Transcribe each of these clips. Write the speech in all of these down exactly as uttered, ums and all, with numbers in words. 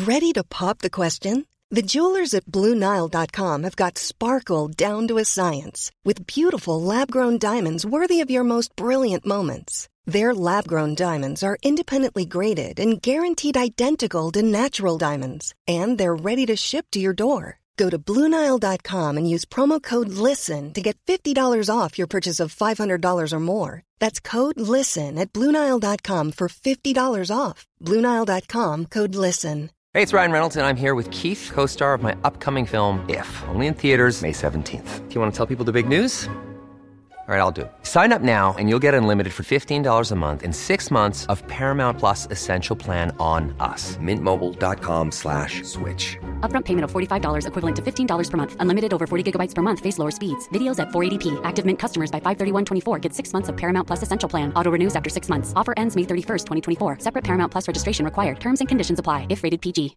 Ready to pop the question? The jewelers at Blue Nile dot com have got sparkle down to a science with beautiful lab-grown diamonds worthy of your most brilliant moments. Their lab-grown diamonds are independently graded and guaranteed identical to natural diamonds, and they're ready to ship to your door. Go to Blue Nile dot com and use promo code LISTEN to get fifty dollars off your purchase of five hundred dollars or more. That's code LISTEN at Blue Nile dot com for fifty dollars off. Blue Nile dot com, code LISTEN. Hey, it's Ryan Reynolds, and I'm here with Keith, co-star of my upcoming film, If, only in theaters May seventeenth. Do you want to tell people the big news? All right, I'll do it. Sign up now and you'll get unlimited for fifteen dollars a month and six months of Paramount Plus Essential Plan on us. Mint Mobile dot com slash switch. Upfront payment of forty-five dollars equivalent to fifteen dollars per month. Unlimited over forty gigabytes per month. Face lower speeds. Videos at four eighty p. Active Mint customers by five thirty-one twenty-four get six months of Paramount Plus Essential Plan. Auto renews after six months. Offer ends May thirty-first, twenty twenty-four. Separate Paramount Plus registration required. Terms and conditions apply if rated P G.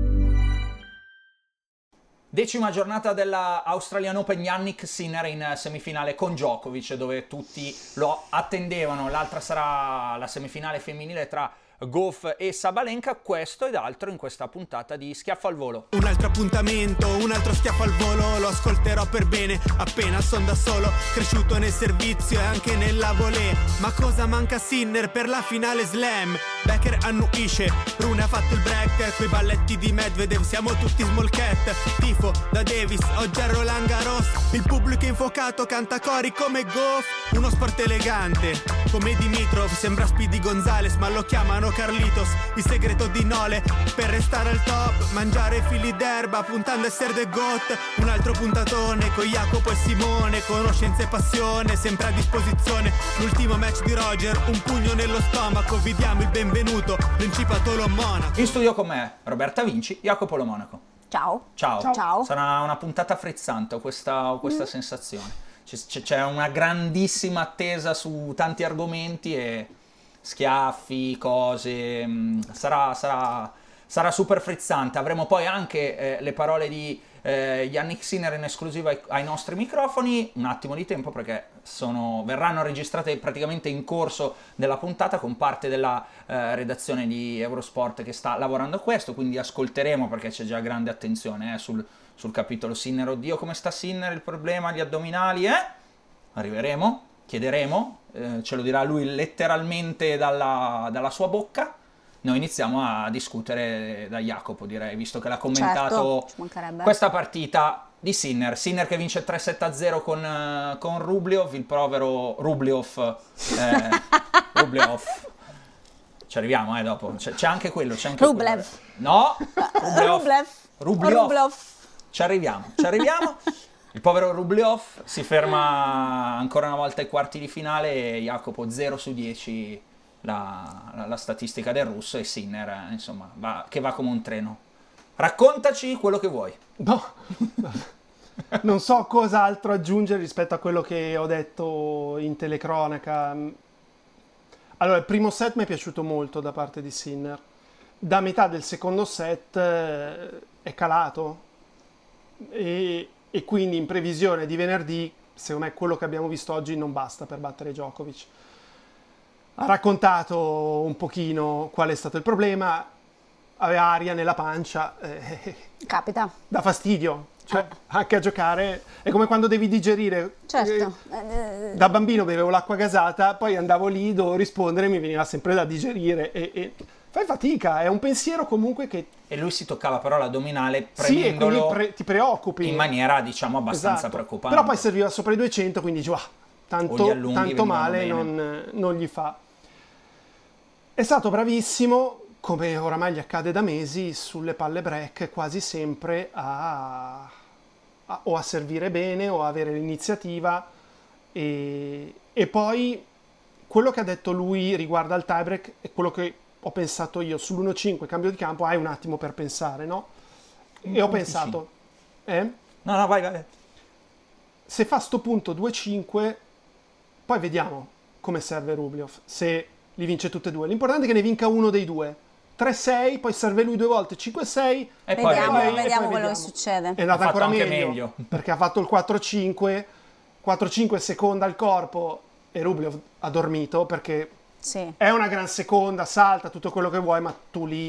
Decima giornata della Australian Open, Jannik Sinner in semifinale con Djokovic, dove tutti lo attendevano. L'altra sarà la semifinale femminile tra Gauff e Sabalenka. Questo ed altro in questa puntata di Schiaffo al Volo. Un altro appuntamento, un altro schiaffo al volo, lo ascolterò per bene appena son da solo, cresciuto nel servizio e anche nella volée. Ma cosa manca a Sinner per la finale slam? Becker annuisce, Rune ha fatto il break, quei balletti di Medvedev siamo tutti small cat. Tifo da Davis, oggi a Roland Garros, il pubblico infuocato canta cori come Goff. Uno sport elegante, come Dimitrov, sembra Speedy Gonzales ma lo chiamano Carlitos. Il segreto di Nole per restare al top, mangiare fili d'erba puntando a essere the goat. Un altro puntatone con Jacopo e Simone, conoscenza e passione sempre a disposizione. L'ultimo match di Roger, un pugno nello stomaco, vi diamo il benvenuto Principato Lo Monaco. In studio con me Roberta Vinci, Jacopo Lo Monaco. Ciao. Ciao. Ciao. Sarà una puntata frizzante, ho questa, ho questa mm. sensazione. C- c'è una grandissima attesa su tanti argomenti e schiaffi, cose, sarà, sarà, sarà super frizzante. Avremo poi anche eh, le parole di eh, Jannik Sinner in esclusiva ai, ai nostri microfoni, un attimo di tempo perché sono, verranno registrate praticamente in corso della puntata con parte della eh, redazione di Eurosport che sta lavorando a questo, quindi ascolteremo perché c'è già grande attenzione eh, sul, sul capitolo Sinner. Oddio, come sta Sinner, il problema, gli addominali, eh? Arriveremo, chiederemo, eh, ce lo dirà lui letteralmente dalla, dalla sua bocca. Noi iniziamo a discutere da Jacopo, direi, visto che l'ha commentato certo, questa partita di Sinner. Sinner che vince tre sette a zero con, uh, con Rublev, il povero Rublev. Eh, Rublev. Ci arriviamo, eh, dopo. C'è, c'è anche quello, c'è anche Rublev. Quello. No, Rublev. Rublev. Rublev. Ci arriviamo, ci arriviamo. Il povero Rublev si ferma ancora una volta ai quarti di finale e Jacopo zero su dieci la, la, la statistica del russo e Sinner, eh, insomma, va, che va come un treno. Raccontaci quello che vuoi. No, non so cosa altro aggiungere rispetto a quello che ho detto in telecronaca. Allora, il primo set mi è piaciuto molto da parte di Sinner. Da metà del secondo set eh, è calato e, e quindi in previsione di venerdì, secondo me quello che abbiamo visto oggi non basta per battere Djokovic. Ha raccontato un pochino qual è stato il problema, aveva aria nella pancia. Eh, Capita. Dà fastidio, cioè anche a giocare è come quando devi digerire. Certo. Eh, da bambino bevevo l'acqua gasata, poi andavo lì, dovevo rispondere, mi veniva sempre da digerire e, e fai fatica, è un pensiero comunque che... E lui si toccava però l'addominale sì, e premendolo quindi pre- ti preoccupi. in maniera, diciamo, abbastanza esatto. preoccupante. Però poi serviva sopra i duecento, quindi dici, ah, tanto, allunghi, tanto male non, non gli fa. È stato bravissimo, come oramai gli accade da mesi, sulle palle break quasi sempre a, a, o a servire bene o a avere l'iniziativa e, e poi quello che ha detto lui riguardo al tiebreak è quello che ho pensato io sull'uno cinque cambio di campo, hai un attimo per pensare, no? E un ho pensato eh? no no vai vai se fa sto punto due cinque poi vediamo come serve Rublev, se li vince tutte e due, l'importante è che ne vinca uno dei due. Tre sei, poi serve lui due volte, cinque sei e vediamo, poi vediamo, vediamo, vediamo quello vediamo. che succede. È andato ancora anche meglio, meglio perché ha fatto il quattro cinque, quattro cinque seconda al corpo e Rublev ha dormito perché sì. È una gran seconda, salta tutto quello che vuoi, ma tu lì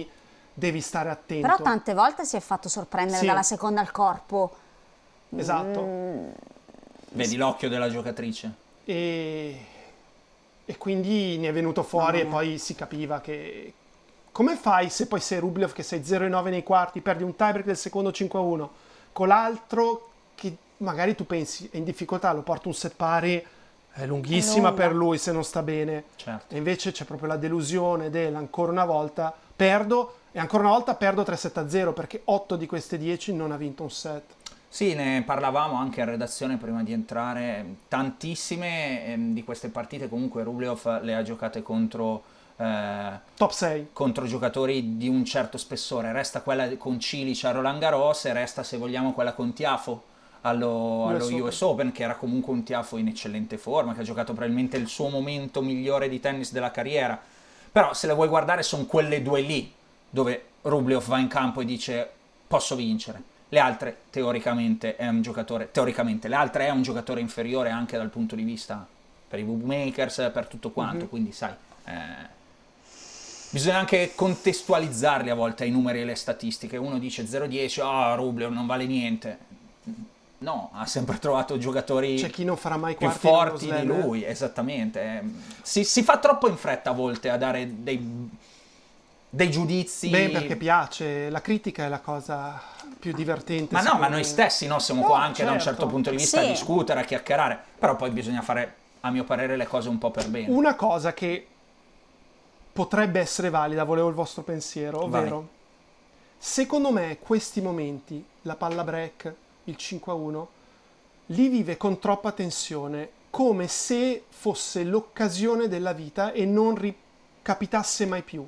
devi stare attento. Però tante volte si è fatto sorprendere Sì. dalla seconda al corpo. Esatto. Mm, Vedi l'occhio della giocatrice. E, e quindi ne è venuto fuori Mamma e mia. poi si capiva che... Come fai se poi sei Rublev che sei zero nove nei quarti, perdi un tiebreak del secondo cinque a uno, con l'altro che magari tu pensi è in difficoltà, lo porta un set pari, è lunghissima È lunga. per lui se non sta bene. Certo. E invece c'è proprio la delusione del ancora una volta perdo e ancora una volta perdo tre sette a zero perché otto di queste dieci non ha vinto un set. Sì, ne parlavamo anche in redazione prima di entrare. Tantissime ehm, di queste partite comunque Rublev le ha giocate contro, eh, Top sei. contro giocatori di un certo spessore. Resta quella con Cilic a Roland Garros e resta, se vogliamo, quella con Tiafoe allo, allo U S U S Open, che era comunque un Tiafoe in eccellente forma, che ha giocato probabilmente il suo momento migliore di tennis della carriera. Però se le vuoi guardare sono quelle due lì dove Rublev va in campo e dice posso vincere. Le altre teoricamente è un giocatore, teoricamente le altre è un giocatore inferiore anche dal punto di vista per i bookmakers, per tutto quanto, Mm-hmm. quindi sai, eh, bisogna anche contestualizzarli a volte ai numeri e le statistiche. Uno dice zero dieci, ah, Rublev non vale niente. No, ha sempre trovato giocatori C'è chi non farà mai più quarti nello forti di slam, eh. lui, esattamente. Si, si fa troppo in fretta a volte a dare dei, dei giudizi. Beh, perché piace, la critica è la cosa più divertente. Ma no, secondo ma noi me. stessi no, siamo No, qua anche da un certo. certo punto di vista Sì. a discutere, a chiacchierare, però poi bisogna fare, a mio parere, le cose un po' per bene. Una cosa che potrebbe essere valida, volevo il vostro pensiero, ovvero, Vai. secondo me questi momenti, la palla break, il cinque a uno, li vive con troppa tensione, come se fosse l'occasione della vita e non ricapitasse mai più.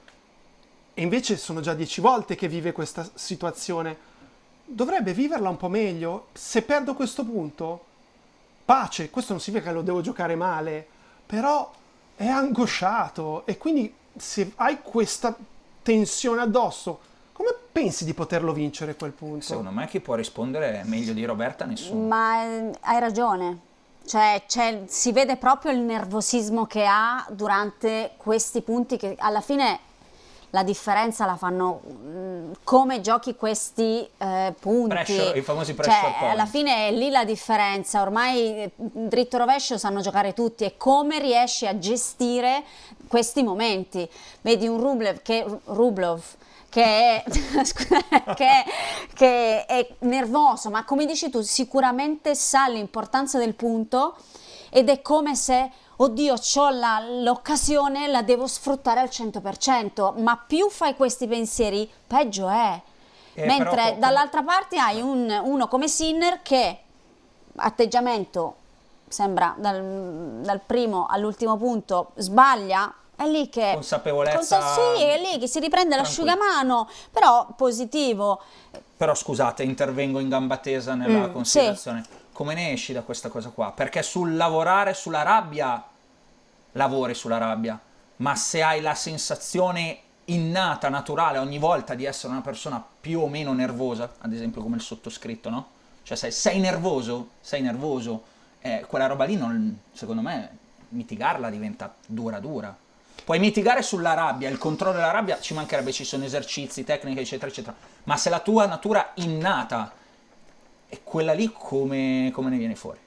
E invece sono già dieci volte che vive questa situazione. Dovrebbe viverla un po' meglio. Se perdo questo punto, pace, questo non significa che lo devo giocare male, però è angosciato e quindi se hai questa tensione addosso, come pensi di poterlo vincere quel punto? Secondo me chi può rispondere meglio di Roberta nessuno. Ma eh, hai ragione, cioè, c'è- si vede proprio il nervosismo che ha durante questi punti che alla fine la differenza la fanno mh, come giochi questi eh, punti. Pressure, i famosi pressure Cioè, point. alla fine è lì la differenza, ormai eh, dritto rovescio sanno giocare tutti e come riesci a gestire questi momenti. Vedi un Rublev che, Rublev, che è, che, è, che è nervoso, ma come dici tu sicuramente sa l'importanza del punto ed è come se oddio, c'ho la- l'occasione, la devo sfruttare al cento per cento, ma più fai questi pensieri, peggio è. Eh, Mentre però co- dall'altra parte hai un- uno come Sinner che atteggiamento sembra dal, dal primo all'ultimo punto sbaglia, è lì che Consapevolezza Consa- sì, è lì che si riprende tranquilla. l'asciugamano, però positivo. Però scusate, intervengo in gamba tesa nella Mm, considerazione. Come ne esci da questa cosa qua? Perché sul lavorare sulla rabbia, lavori sulla rabbia, ma se hai la sensazione innata, naturale, ogni volta di essere una persona più o meno nervosa, ad esempio come il sottoscritto, no? Cioè se sei nervoso, sei nervoso, eh, quella roba lì, non, secondo me, mitigarla diventa dura dura. Puoi mitigare sulla rabbia, il controllo della rabbia, ci mancherebbe, ci sono esercizi, tecniche, eccetera, eccetera. Ma se la tua natura innata è quella lì, come, come ne viene fuori?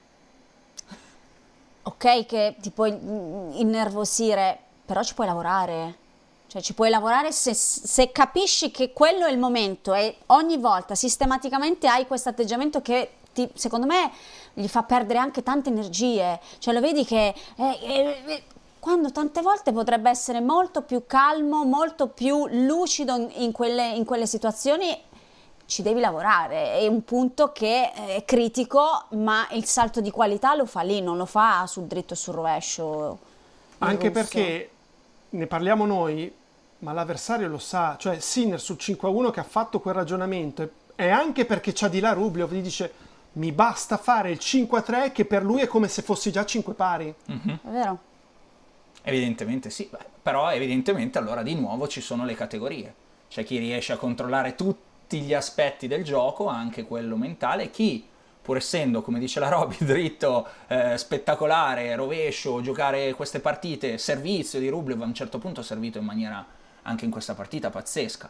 Ok che ti puoi mm, innervosire, però ci puoi lavorare. Cioè ci puoi lavorare se, se capisci che quello è il momento e ogni volta sistematicamente hai questo atteggiamento che ti, secondo me gli fa perdere anche tante energie. Cioè lo vedi che eh, eh, eh, quando tante volte potrebbe essere molto più calmo, molto più lucido in, in quelle, in quelle situazioni, ci devi lavorare. È un punto che è critico, ma il salto di qualità lo fa lì, non lo fa sul dritto e sul rovescio. il Anche russo. perché ne parliamo noi, ma l'avversario lo sa, cioè Sinner sul cinque a uno che ha fatto quel ragionamento e- è anche perché c'ha di là Rublev, gli dice mi basta fare il cinque a tre che per lui è come se fossi già cinque pari. È vero? Evidentemente sì, beh, però evidentemente allora di nuovo ci sono le categorie. C'è chi riesce a controllare tutti gli aspetti del gioco, anche quello mentale, e chi, pur essendo, come dice la Roby, dritto, eh, spettacolare, rovescio, giocare queste partite, servizio di Rublev a un certo punto ha servito in maniera, anche in questa partita, pazzesca.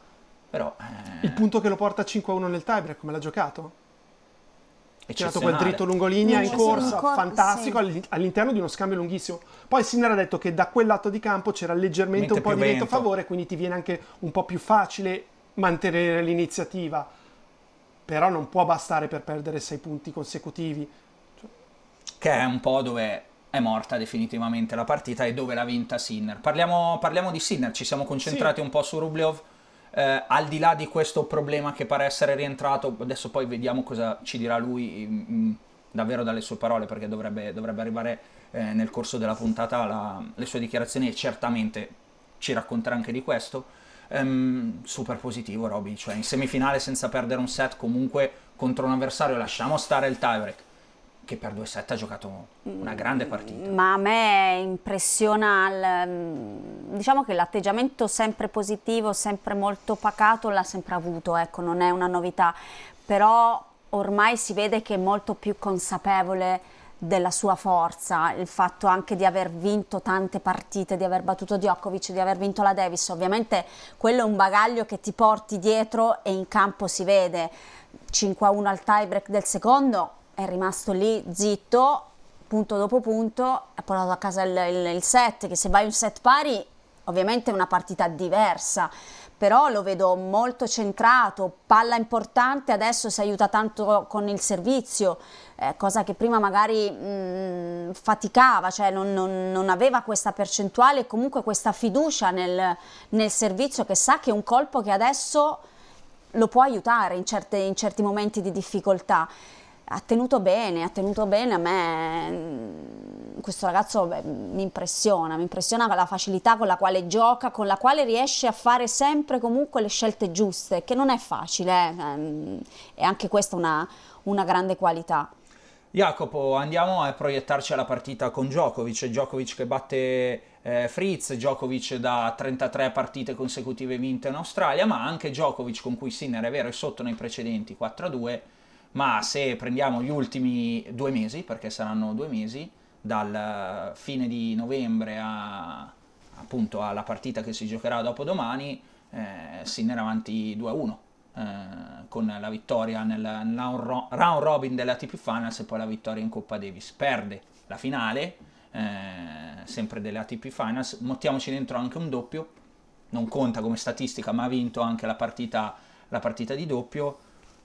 Però... Eh... Il punto che lo porta cinque a uno nel tiebreak, come l'ha giocato? Ha tirato quel Eccezionale. dritto lungolinea in Sì, corsa, in cor- fantastico, sì. all'in- all'interno di uno scambio lunghissimo. Poi Sinner ha detto che da quel lato di campo c'era leggermente Mente un po' più di vento a vento. favore, quindi ti viene anche un po' più facile mantenere l'iniziativa. Però non può bastare per perdere sei punti consecutivi. Che è un po' dove è morta definitivamente la partita e dove l'ha vinta Sinner. Parliamo, parliamo di Sinner, ci siamo concentrati Sì. un po' su Rublev. Eh, al di là di questo problema che pare essere rientrato, adesso poi vediamo cosa ci dirà lui mh, davvero dalle sue parole, perché dovrebbe, dovrebbe arrivare eh, nel corso della puntata la, le sue dichiarazioni e certamente ci racconterà anche di questo. Ehm, super positivo Roby, cioè in semifinale senza perdere un set comunque contro un avversario, lasciamo stare il tiebreak, che per due set ha giocato una grande partita. Ma a me impressiona, il- diciamo che l'atteggiamento sempre positivo, sempre molto pacato l'ha sempre avuto, ecco, non è una novità, però ormai si vede che è molto più consapevole della sua forza, il fatto anche di aver vinto tante partite, di aver battuto Djokovic, di aver vinto la Davis, ovviamente quello è un bagaglio che ti porti dietro e in campo si vede. Cinque a uno al tiebreak del secondo, è rimasto lì zitto, punto dopo punto, ha portato a casa il, il, il set, che se vai un set pari ovviamente è una partita diversa, però lo vedo molto centrato, palla importante, adesso si aiuta tanto con il servizio, eh, cosa che prima magari mh, faticava, cioè non, non, non aveva questa percentuale e comunque questa fiducia nel, nel servizio, che sa che è un colpo che adesso lo può aiutare in, certe, in certi momenti di difficoltà. Ha tenuto bene, ha tenuto bene, a me questo ragazzo beh, mi impressiona, mi impressiona la facilità con la quale gioca, con la quale riesce a fare sempre comunque le scelte giuste, che non è facile, eh? E anche questa è una, una grande qualità. Jacopo, andiamo a proiettarci alla partita con Djokovic, Djokovic che batte eh, Fritz, Djokovic da trentatré partite consecutive vinte in Australia, ma anche Djokovic con cui Sinner è vero è sotto nei precedenti quattro a due, ma se prendiamo gli ultimi due mesi, perché saranno due mesi, dal fine di novembre a, appunto alla partita che si giocherà dopo domani, eh, Sinner avanti due a uno, eh, con la vittoria nel, nel round robin delle A T P Finals e poi la vittoria in Coppa Davis. Perde la finale, eh, sempre delle A T P Finals, mettiamoci dentro anche un doppio, non conta come statistica, ma ha vinto anche la partita, la partita di doppio.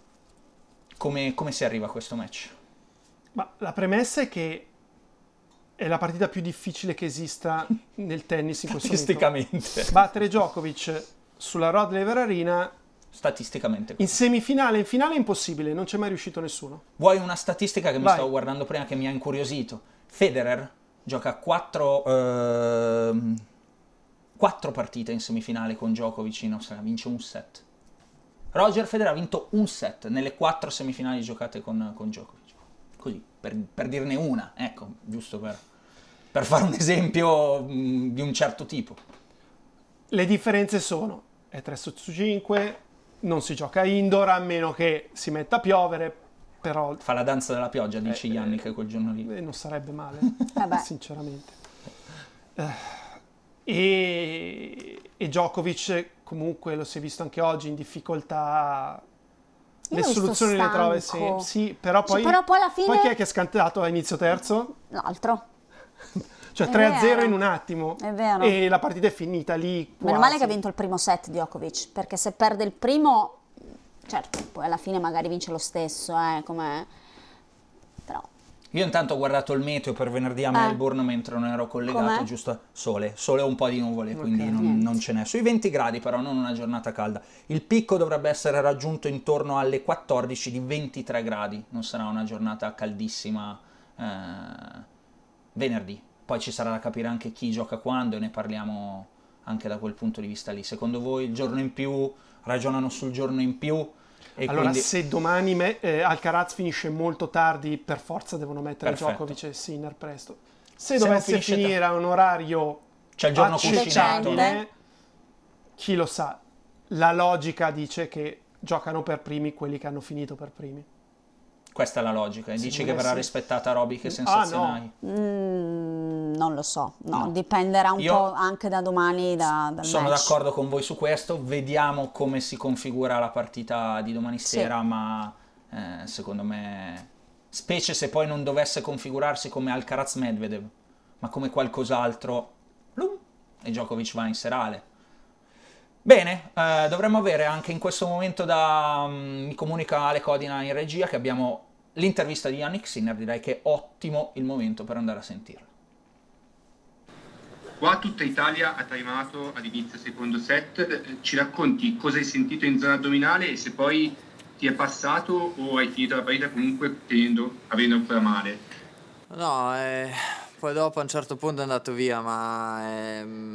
Come, come si arriva a questo match? Ma la premessa è che è la partita più difficile che esista nel tennis in questo momento. Statisticamente. Battere Djokovic sulla Rod Laver Arena Statisticamente. in semifinale, in finale è impossibile, non c'è mai riuscito nessuno. Vuoi una statistica che mi Vai. stavo guardando prima che mi ha incuriosito? Federer gioca quattro, ehm, quattro partite in semifinale con Djokovic in Australia, vince un set. Roger Federer ha vinto un set nelle quattro semifinali giocate con, con Djokovic. Così, per, per dirne una, ecco, giusto per, per fare un esempio mh, di un certo tipo. Le differenze sono, è tre su cinque, non si gioca indoor a meno che si metta a piovere, però Fa la danza della pioggia, dice Eh, Yannick quel giorno lì. eh, non sarebbe male, Vabbè. sinceramente. Eh, e, e Djokovic comunque lo si è visto anche oggi in difficoltà, Io le l'ho visto soluzioni le trova stanco. sì, sì, però poi, Cioè, però poi alla fine- poi chi è che è scantato a inizio terzo? L'altro. Cioè È tre a zero vero. in un attimo È vero. e la partita è finita lì Meno quasi. male che ha vinto il primo set Djokovic, perché se perde il primo, certo, poi alla fine magari vince lo stesso, eh, come... però... Io intanto ho guardato il meteo per venerdì a Melbourne mentre non ero collegato, Com'è? giusto sole, sole e un po' di nuvole, quindi non, niente. non ce n'è. Sui venti gradi però, non una giornata calda. Il picco dovrebbe essere raggiunto intorno alle quattordici di ventitré gradi, non sarà una giornata caldissima eh, venerdì. Poi ci sarà da capire anche chi gioca quando e ne parliamo anche da quel punto di vista lì. Secondo voi il giorno in più, ragionano sul giorno in più? E Allora, quindi... se domani me- eh, Alcaraz finisce molto tardi, per forza devono mettere Perfetto. Djokovic e Sinner presto. Se, Se non dovesse finisce finire a un orario C'è il giorno cuscinato. accettabile, chi lo sa, la logica dice che giocano per primi quelli che hanno finito per primi. Questa è la logica. E Sì, dici che verrà sì. rispettata Roby? Che sensazione Ah, no. hai? Mm, non lo so, no, No. dipenderà un Io po' anche da domani da, dal Sono match. d'accordo con voi su questo, vediamo come si configura la partita di domani Sì. sera, ma eh, secondo me, specie se poi non dovesse configurarsi come Alcaraz Medvedev, ma come qualcos'altro, plum, e Djokovic va in serale. Bene, eh, dovremmo avere anche in questo momento da... mm, mi comunica Ale Codina in regia che abbiamo l'intervista di Jannik Sinner, direi che è ottimo il momento per andare a sentirla. Qua tutta Italia ha timato ad inizio secondo set, ci racconti cosa hai sentito in zona addominale e se poi ti è passato o hai finito la partita comunque tenendo, avendo ancora male? No, eh, poi dopo a un certo punto è andato via, ma ehm,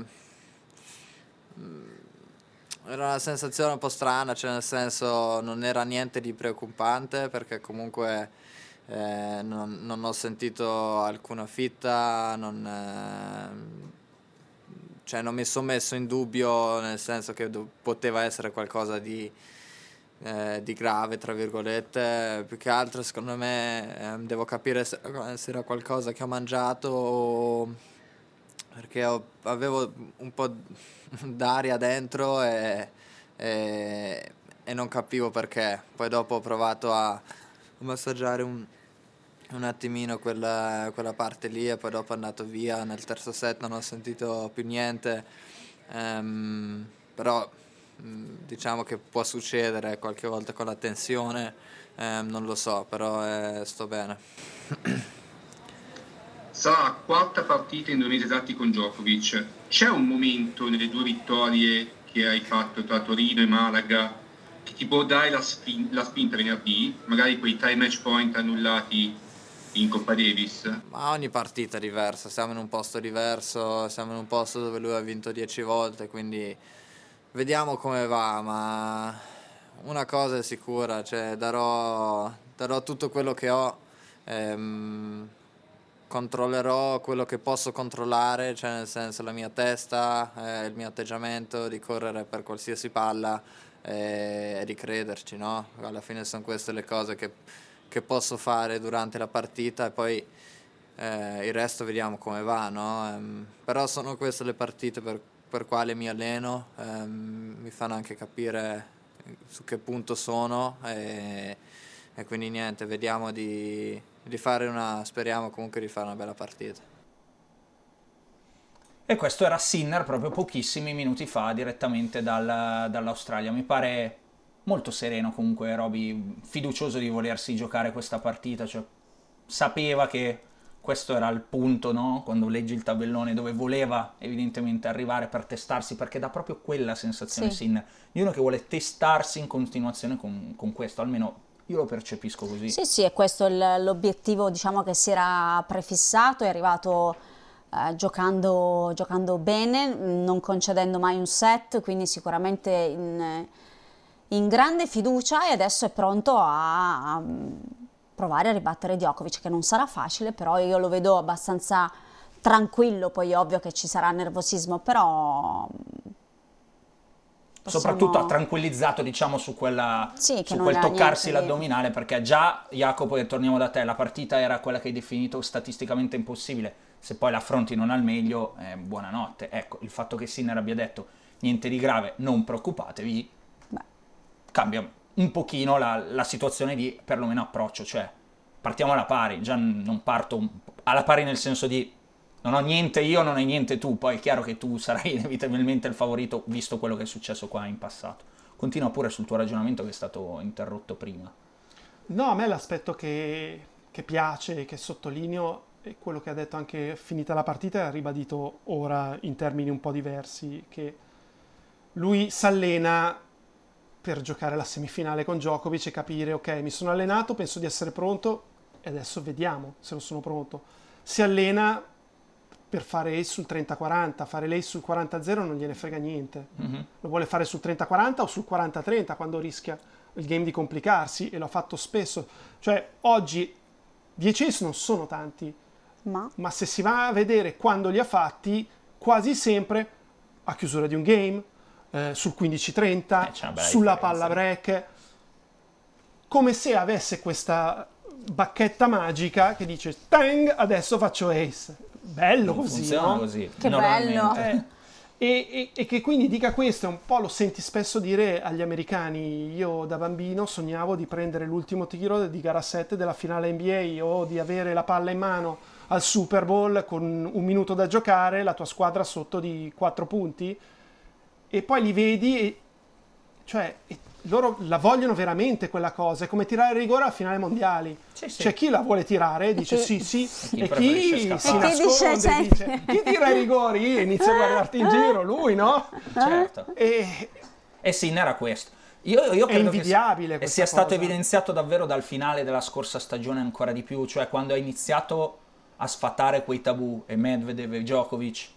era una sensazione un po' strana, cioè nel senso non era niente di preoccupante perché comunque eh, non, non ho sentito alcuna fitta, non, eh, cioè non mi sono messo in dubbio nel senso che do- poteva essere qualcosa di, eh, di grave, tra virgolette, più che altro secondo me eh, devo capire se, se era qualcosa che ho mangiato o perché ho, avevo un po' d'aria dentro e, e, e non capivo perché. Poi dopo ho provato a massaggiare un, un attimino quella, quella parte lì e poi dopo è andato via. Nel terzo set non ho sentito più niente, um, però diciamo che può succedere qualche volta con la tensione, um, non lo so, però eh, sto bene. Sarà la quarta partita in due mesi esatti con Djokovic. C'è un momento nelle due vittorie che hai fatto tra Torino e Malaga che ti può dare la, spin- la spinta venerdì? Magari quei tre match point annullati in Coppa Davis? Ma ogni partita è diversa, siamo in un posto diverso, siamo in un posto dove lui ha vinto dieci volte, quindi vediamo come va, ma una cosa è sicura, cioè darò, darò tutto quello che ho. Ehm, controllerò quello che posso controllare, cioè nel senso la mia testa, eh, il mio atteggiamento di correre per qualsiasi palla e, e di crederci, no? Alla fine sono queste le cose che, che posso fare durante la partita e poi eh, il resto vediamo come va, no? Ehm, però sono queste le partite per, per quali mi alleno, ehm, mi fanno anche capire su che punto sono e, e quindi niente, vediamo di di fare una, speriamo comunque di fare una bella partita. E questo era Sinner proprio pochissimi minuti fa direttamente dal, dall'Australia. Mi pare molto sereno comunque Roby, fiducioso di volersi giocare questa partita, cioè sapeva che questo era il punto, no? Quando leggi il tabellone dove voleva evidentemente arrivare per testarsi, perché dà proprio quella sensazione, Sì. Sinner, di uno che vuole testarsi in continuazione con, con questo, almeno io lo percepisco così. Sì, sì, e questo è il- l'obiettivo, diciamo, che si era prefissato, è arrivato eh, giocando, giocando bene, non concedendo mai un set, quindi sicuramente in, in grande fiducia e adesso è pronto a, a provare a ribattere Djokovic, che non sarà facile, però io lo vedo abbastanza tranquillo, poi è ovvio che ci sarà nervosismo, però... possiamo- Soprattutto ha tranquillizzato, diciamo, su, quella, Sì, che su non quel era toccarsi niente di- l'addominale, perché già, Jacopo, e torniamo da te, la partita era quella che hai definito statisticamente impossibile. Se poi l'affronti non al meglio, eh, buonanotte. Ecco, il fatto che Sinner abbia detto niente di grave, non preoccupatevi, Beh. cambia un pochino la, la situazione di perlomeno approccio, cioè partiamo alla pari, già n- non parto un- alla pari nel senso di non ho niente io, non hai niente tu, poi è chiaro che tu sarai inevitabilmente il favorito visto quello che è successo qua in passato. Continua pure sul tuo ragionamento che è stato interrotto prima. No, a me l'aspetto che, che piace, che sottolineo, è quello che ha detto anche finita la partita e ha ribadito ora in termini un po' diversi, che lui si allena per giocare la semifinale con Djokovic e capire, ok, mi sono allenato, penso di essere pronto e adesso vediamo se non sono pronto. Si allena per fare ace sul trenta quaranta, fare l'ace sul quaranta zero non gliene frega niente. Mm-hmm. Lo vuole fare sul trenta quaranta o sul quaranta trenta quando rischia il game di complicarsi, e l'ha fatto spesso. Cioè, oggi dieci ace non sono tanti, Ma ma se si va a vedere quando li ha fatti, quasi sempre a chiusura di un game, eh, sul quindici trenta, Eh, c'è una bella sulla differenza. palla break, come se avesse questa bacchetta magica che dice tang, adesso faccio ace. Bello Non così, funziona no? così. Che normalmente. bello. Eh, e, e- e che quindi dica questo, un po' lo senti spesso dire agli americani. Io da bambino sognavo di prendere l'ultimo tiro di gara sette della finale N B A o di avere la palla in mano al Super Bowl con un minuto da giocare, la tua squadra sotto di quattro punti, e poi li vedi e cioè e loro la vogliono veramente quella cosa. È come tirare il rigore alla finale mondiali. Sì, sì. C'è chi la vuole tirare e dice chi- sì sì chi e preferisce chi scappare. si E chi nasconde dice, e cioè- dice chi tira i rigori e inizia a guardarti in giro, lui no? Certo. E E Sinner era questo. Io, io È credo invidiabile che, e questa sia stato cosa. evidenziato davvero dal finale della scorsa stagione ancora di più, cioè quando ha iniziato a sfatare quei tabù e Medvedev e Djokovic,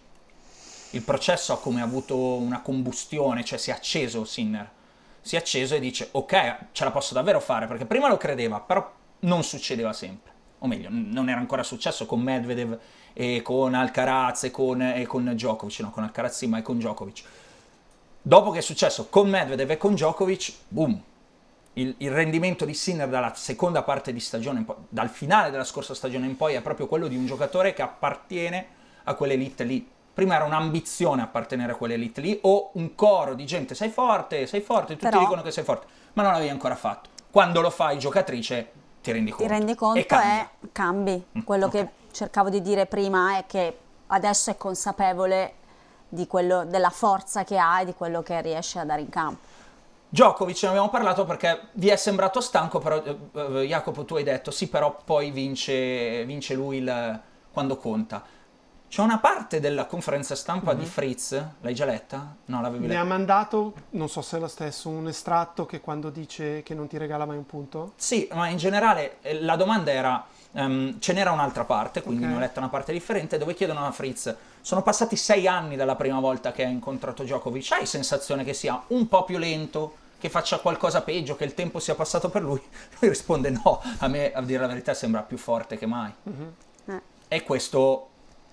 il processo ha come avuto una combustione, cioè si è acceso Sinner, si è acceso e dice ok, ce la posso davvero fare, perché prima lo credeva, però non succedeva sempre, o meglio, n- non era ancora successo con Medvedev e con Alcaraz e con, e con Djokovic, no, con Alcaraz sì, ma e con Djokovic. Dopo che è successo con Medvedev e con Djokovic, boom, il, il rendimento di Sinner dalla seconda parte di stagione, in poi, dal finale della scorsa stagione in poi, è proprio quello di un giocatore che appartiene a quell'elite lì. Prima era un'ambizione appartenere a quell'elite lì, o un coro di gente, sei forte, sei forte, tutti Però- dicono che sei forte, ma non l'avevi ancora fatto. Quando lo fai giocatrice ti rendi conto. Ti rendi conto e cambia. e cambi. Quello ok. che cercavo di dire prima è che adesso è consapevole di quello, della forza che ha e di quello che riesce a dare in campo. Djokovic ne abbiamo parlato perché vi è sembrato stanco, però eh, eh, Jacopo tu hai detto sì, però poi vince, vince lui il, quando conta. C'è una parte della conferenza stampa di Fritz, l'hai già letta? No, l'avevi ne ha letta. mandato, non so se è lo stesso, un estratto che quando dice che non ti regala mai un punto. Sì, ma in generale eh, la domanda era, ehm, ce n'era un'altra parte, quindi Ok. ne ho letta una parte differente, dove chiedono a Fritz, sono passati sei anni dalla prima volta che hai incontrato Djokovic, hai sensazione che sia un po' più lento, che faccia qualcosa peggio, che il tempo sia passato per lui? Lui risponde no, a me a dire la verità sembra più forte che mai. Eh. E questo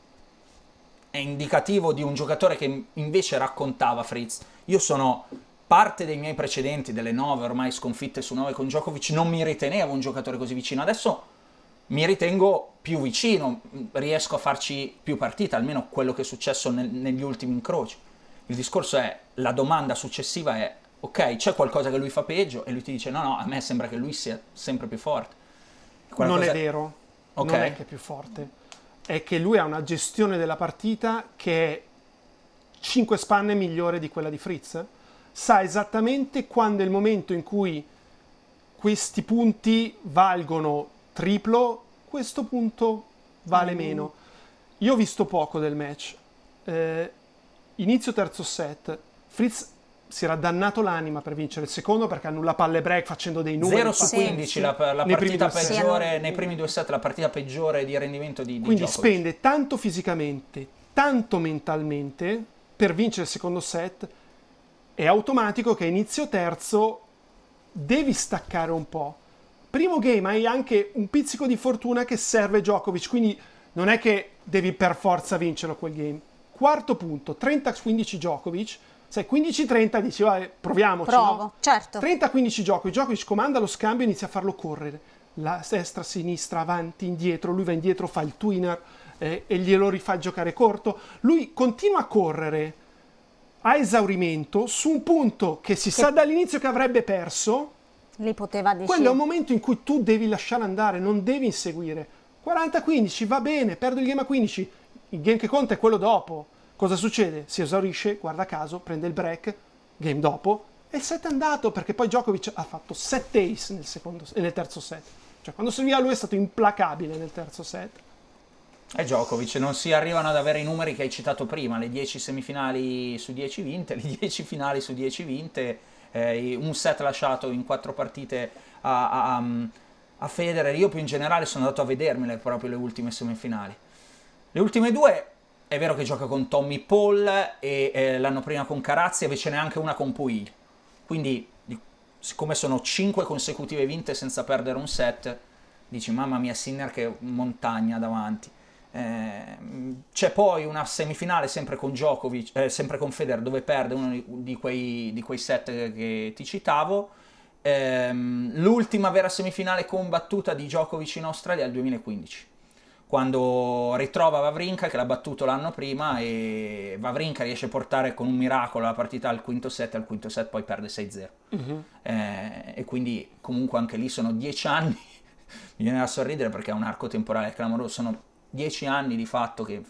è indicativo di un giocatore che invece raccontava Fritz. Io sono parte dei miei precedenti, delle nove ormai sconfitte su nove con Djokovic, non mi ritenevo un giocatore così vicino. Adesso mi ritengo più vicino, riesco a farci più partita, almeno quello che è successo nel- negli ultimi incroci. Il discorso è, la domanda successiva è, ok, c'è qualcosa che lui fa peggio? E lui ti dice, no, no, a me sembra che lui sia sempre più forte. Quella Non cosa- è vero, Ok. non è che è più forte, è che lui ha una gestione della partita che è cinque spanne migliore di quella di Fritz. Sa esattamente quando è il momento in cui questi punti valgono triplo, questo punto vale meno. Io ho visto poco del match. Eh, inizio terzo set, Fritz si era dannato l'anima per vincere il secondo perché annulla palle break facendo dei numeri zero su pazzeschi. quindici, la, la Nei primi partita due set. peggiore, nei primi due set, la partita peggiore di rendimento di, di Quindi Djokovic. spende tanto fisicamente, tanto mentalmente per vincere il secondo set. È automatico che a inizio terzo devi staccare un po'. Primo game hai anche un pizzico di fortuna che serve Djokovic, quindi non è che devi per forza vincerlo quel game. Quarto punto, trenta quindici Djokovic. Sai, quindici trenta dici, vai, proviamoci, Provo, no? certo. trenta quindici Djokovic, Djokovic comanda lo scambio e inizia a farlo correre. La destra, sinistra, avanti, indietro, lui va indietro, fa il twinner eh, e glielo rifà giocare corto. Lui continua a correre a esaurimento su un punto che si sa dall'inizio che avrebbe perso. Lì poteva decidere. Quello è un momento in cui tu devi lasciare andare, non devi inseguire. quaranta quindici, va bene, perdo il game a quindici. Il game che conta è quello dopo. Cosa succede? Si esaurisce, guarda caso, prende il break, game dopo, e il set è andato, perché poi Djokovic ha fatto sette ace nel, secondo, nel terzo set. Cioè, quando serviva lui è stato implacabile nel terzo set. E Djokovic, non si arrivano ad avere i numeri che hai citato prima, le dieci semifinali su dieci vinte, le dieci finali su dieci vinte, eh, un set lasciato in quattro partite a, a, a Federer. Io più in generale sono andato a vedermele proprio le ultime semifinali. Le ultime due, è vero che gioca con Tommy Paul e eh, l'anno prima con Carazzi, e ce n'è anche una con Puig. Quindi, di- siccome sono cinque consecutive vinte senza perdere un set, dici mamma mia, Sinner che montagna davanti. Eh, c'è poi una semifinale sempre con Djokovic, eh, sempre con Federer, dove perde uno di, di quei, di quei set che ti citavo, Ehm, l'ultima vera semifinale combattuta di Djokovic in Australia è il duemilaquindici, quando ritrova Wawrinka che l'ha battuto l'anno prima e Wawrinka riesce a portare con un miracolo la partita al quinto set, al quinto set poi perde sei zero. Uh-huh. Eh, e quindi comunque anche lì sono dieci anni, mi viene da sorridere perché è un arco temporale clamoroso, sono dieci anni di fatto che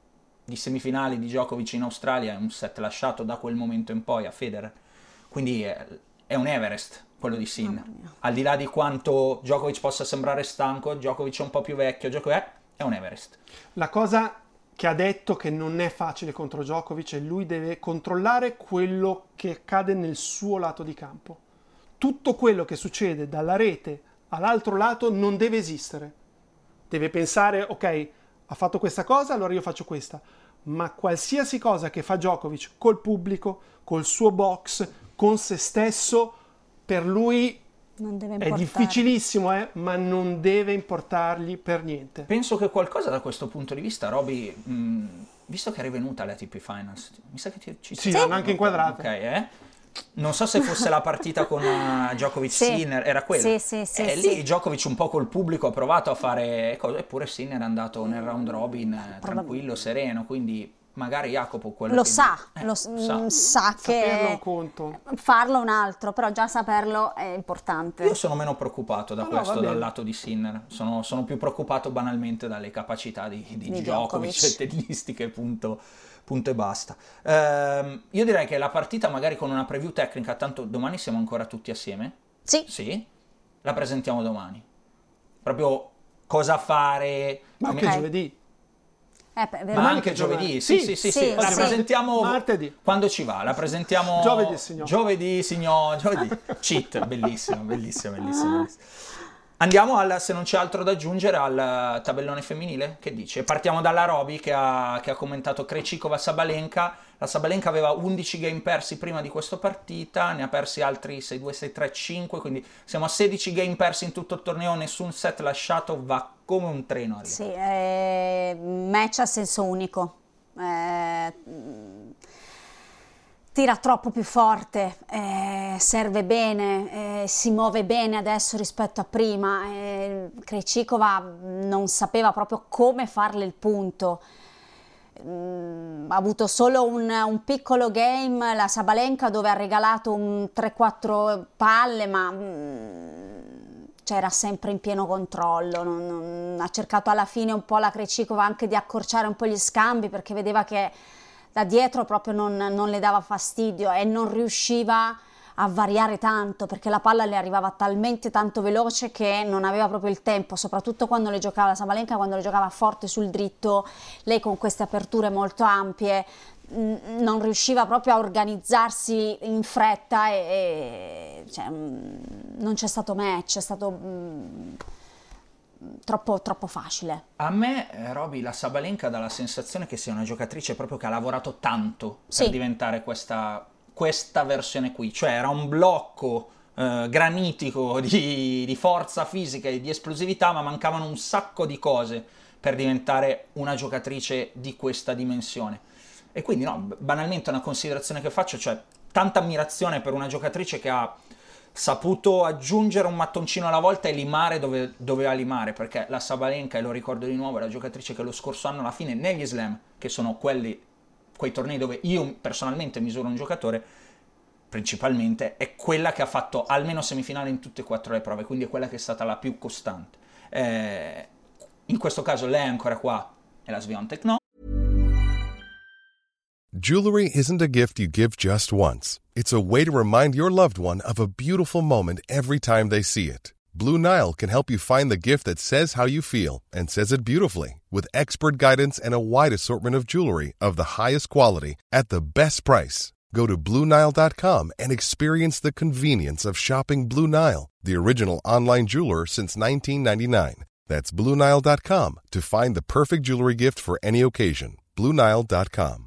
di semifinali di Djokovic in Australia, è un set lasciato da quel momento in poi a Federer, quindi è, è un Everest quello di Sinner. Oh, al di là di quanto Djokovic possa sembrare stanco, Djokovic è un po' più vecchio, Djokovic è un Everest. La cosa che ha detto che non è facile contro Djokovic è lui deve controllare quello che accade nel suo lato di campo. Tutto quello che succede dalla rete all'altro lato non deve esistere. Deve pensare, ok, ha fatto questa cosa, allora io faccio questa. Ma qualsiasi cosa che fa Djokovic col pubblico, col suo box, con se stesso, per lui non deve è difficilissimo, eh, ma non deve importargli per niente. Penso che qualcosa da questo punto di vista, Roby, mh, visto che è rivenuta alle A T P Finals, mi sa che ti, ci sì, hanno anche inquadrato. Ok, eh? Non so se fosse la partita con uh, Djokovic-Sinner, sì, era quella. Sì, sì, sì, e sì. lì Djokovic un po' col pubblico ha provato a fare cose, eppure Sinner è andato nel round robin eh, tranquillo, sereno, quindi magari Jacopo quello lo che... sa, eh, lo sa, sa che saperlo un conto, farlo un altro, però già saperlo è importante. Io sono meno preoccupato da no, questo no, dal lato di Sinner, sono, sono più preoccupato banalmente dalle capacità di, di, di Djokovic, Djokovic. tennistiche, punto, punto e basta. Ehm, io direi che la partita magari con una preview tecnica, tanto domani siamo ancora tutti assieme? Sì. Sì? La presentiamo domani. Proprio cosa fare... Ma anche Ok. giovedì. Eh, beh, Ma anche giovedì, sì, sì, sì, sì, sì, la sì. presentiamo Martedì. quando ci va, la presentiamo Giovedì, signor. Giovedì, signor, giovedì. Cheat, bellissimo, bellissimo, bellissimo, bellissimo. Andiamo al, se non c'è altro da aggiungere, al tabellone femminile, che dice? Partiamo dalla Roby che ha, che ha commentato Krejcikova Sabalenka. La Sabalenka aveva undici game persi prima di questa partita, ne ha persi altri sei due, sei tre, cinque, quindi siamo a sedici game persi in tutto il torneo, nessun set lasciato, va come un treno. Arriva. Sì, eh, match a senso unico. Eh, tira troppo più forte, eh, serve bene, eh, si muove bene adesso rispetto a prima. Eh, Krejcikova non sapeva proprio come farle il punto. Mm, ha avuto solo un, un piccolo game la Sabalenka dove ha regalato un tre quattro palle, ma mm, c'era sempre in pieno controllo. Non, non, ha cercato alla fine un po' la Krejcikova anche di accorciare un po' gli scambi perché vedeva che da dietro proprio non, non le dava fastidio e non riusciva a variare tanto perché la palla le arrivava talmente tanto veloce che non aveva proprio il tempo, soprattutto quando le giocava la Sabalenka, quando le giocava forte sul dritto, lei con queste aperture molto ampie mh, non riusciva proprio a organizzarsi in fretta e, e cioè, mh, non c'è stato match, è stato mh, troppo, troppo facile. A me, eh, Roby, la Sabalenka dà la sensazione che sia una giocatrice proprio che ha lavorato tanto Sì. per diventare questa... questa versione qui, cioè era un blocco eh, granitico di, di forza fisica e di esplosività, ma mancavano un sacco di cose per diventare una giocatrice di questa dimensione. E quindi no, banalmente una considerazione che faccio, cioè tanta ammirazione per una giocatrice che ha saputo aggiungere un mattoncino alla volta e limare dove doveva limare, perché la Sabalenka, e lo ricordo di nuovo, è la giocatrice che lo scorso anno alla fine negli slam, che sono quelli quei tornei dove io personalmente misuro un giocatore, principalmente, è quella che ha fatto almeno semifinale in tutte e quattro le prove, quindi è quella che è stata la più costante. Eh, in questo caso lei è ancora qua e la Swiatek no. Jewelry isn't a gift you give just once. It's a way to remind your loved one of a beautiful moment every time they see it. Blue Nile can help you find the gift that says how you feel and says it beautifully, with expert guidance and a wide assortment of jewelry of the highest quality at the best price. Go to Blue Nile dot com and experience the convenience of shopping Blue Nile, the original online jeweler since nineteen ninety-nine. That's Blue Nile dot com to find the perfect jewelry gift for any occasion. Blue Nile dot com.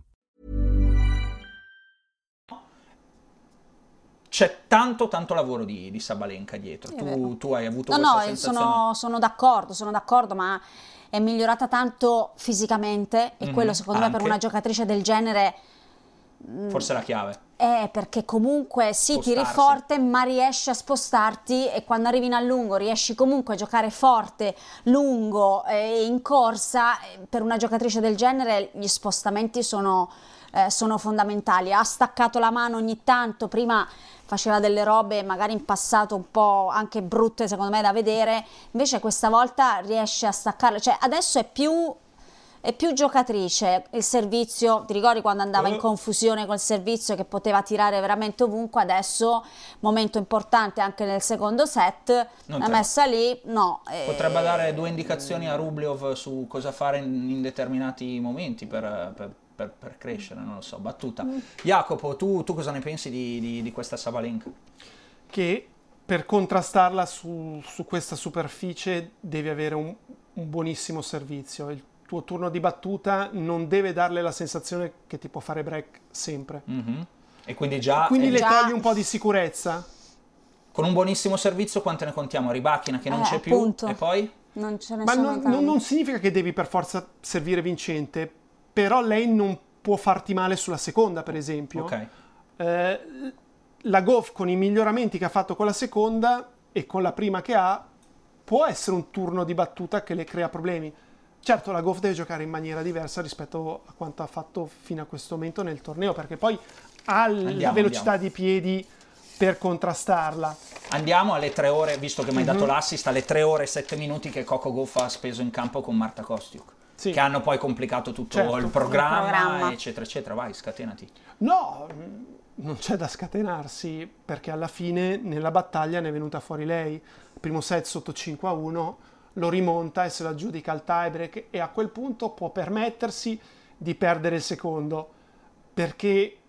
C'è tanto tanto lavoro di, di Sabalenka dietro. Tu, tu hai avuto No, questa no, sensazione? sono, sono d'accordo, sono d'accordo, ma è migliorata tanto fisicamente e Mhm, quello secondo me per anche. una giocatrice del genere Forse è la chiave. Eh, perché comunque sì, Spostarsi. tiri forte, ma riesci a spostarti e quando arrivi a lungo riesci comunque a giocare forte, lungo e in corsa. Per una giocatrice del genere gli spostamenti sono, eh, sono fondamentali. Ha staccato la mano ogni tanto, prima faceva delle robe magari in passato un po' anche brutte secondo me da vedere, invece questa volta riesce a staccarle, cioè adesso è più... è più giocatrice. Il servizio, ti ricordi quando andava in confusione col servizio che poteva tirare veramente ovunque? Adesso, momento importante anche nel secondo set, Non l'ha c'è. messa lì, no. Potrebbe eh, dare due indicazioni a Rublev su cosa fare in, in determinati momenti per, per, per, per crescere, non lo so, battuta. Jacopo, tu, tu cosa ne pensi di, di, di questa Sabalenka? Che per contrastarla su, su questa superficie devi avere un, un buonissimo servizio. Il tuo turno di battuta non deve darle la sensazione che ti può fare break sempre. Mm-hmm. E quindi già... Quindi eh, le già- togli un po' di sicurezza. con un buonissimo servizio quante ne contiamo? Ribachina che non Eh, c'è appunto. più, e poi? non ce ne Ma sono non, tanti. non- non significa che devi per forza servire vincente, però lei non può farti male sulla seconda, per esempio. Ok. Eh, la Gauff con i miglioramenti che ha fatto con la seconda e con la prima che ha, può essere un turno di battuta che le crea problemi. Certo, la Gauff deve giocare in maniera diversa rispetto a quanto ha fatto fino a questo momento nel torneo, perché poi ha l- la Andiamo, velocità andiamo. di piedi per contrastarla. Andiamo alle tre ore, visto che mi hai Mhm. dato l'assist, alle tre ore e sette minuti che Coco Gauff ha speso in campo con Marta Kostyuk, Sì. che hanno poi complicato tutto Certo. il programma, Il programma. eccetera, eccetera. Vai, scatenati. No, mh, non c'è da scatenarsi, perché alla fine nella battaglia ne è venuta fuori lei. Il primo set sotto cinque a uno, lo rimonta e se lo aggiudica al tiebreak e a quel punto può permettersi di perdere il secondo, perché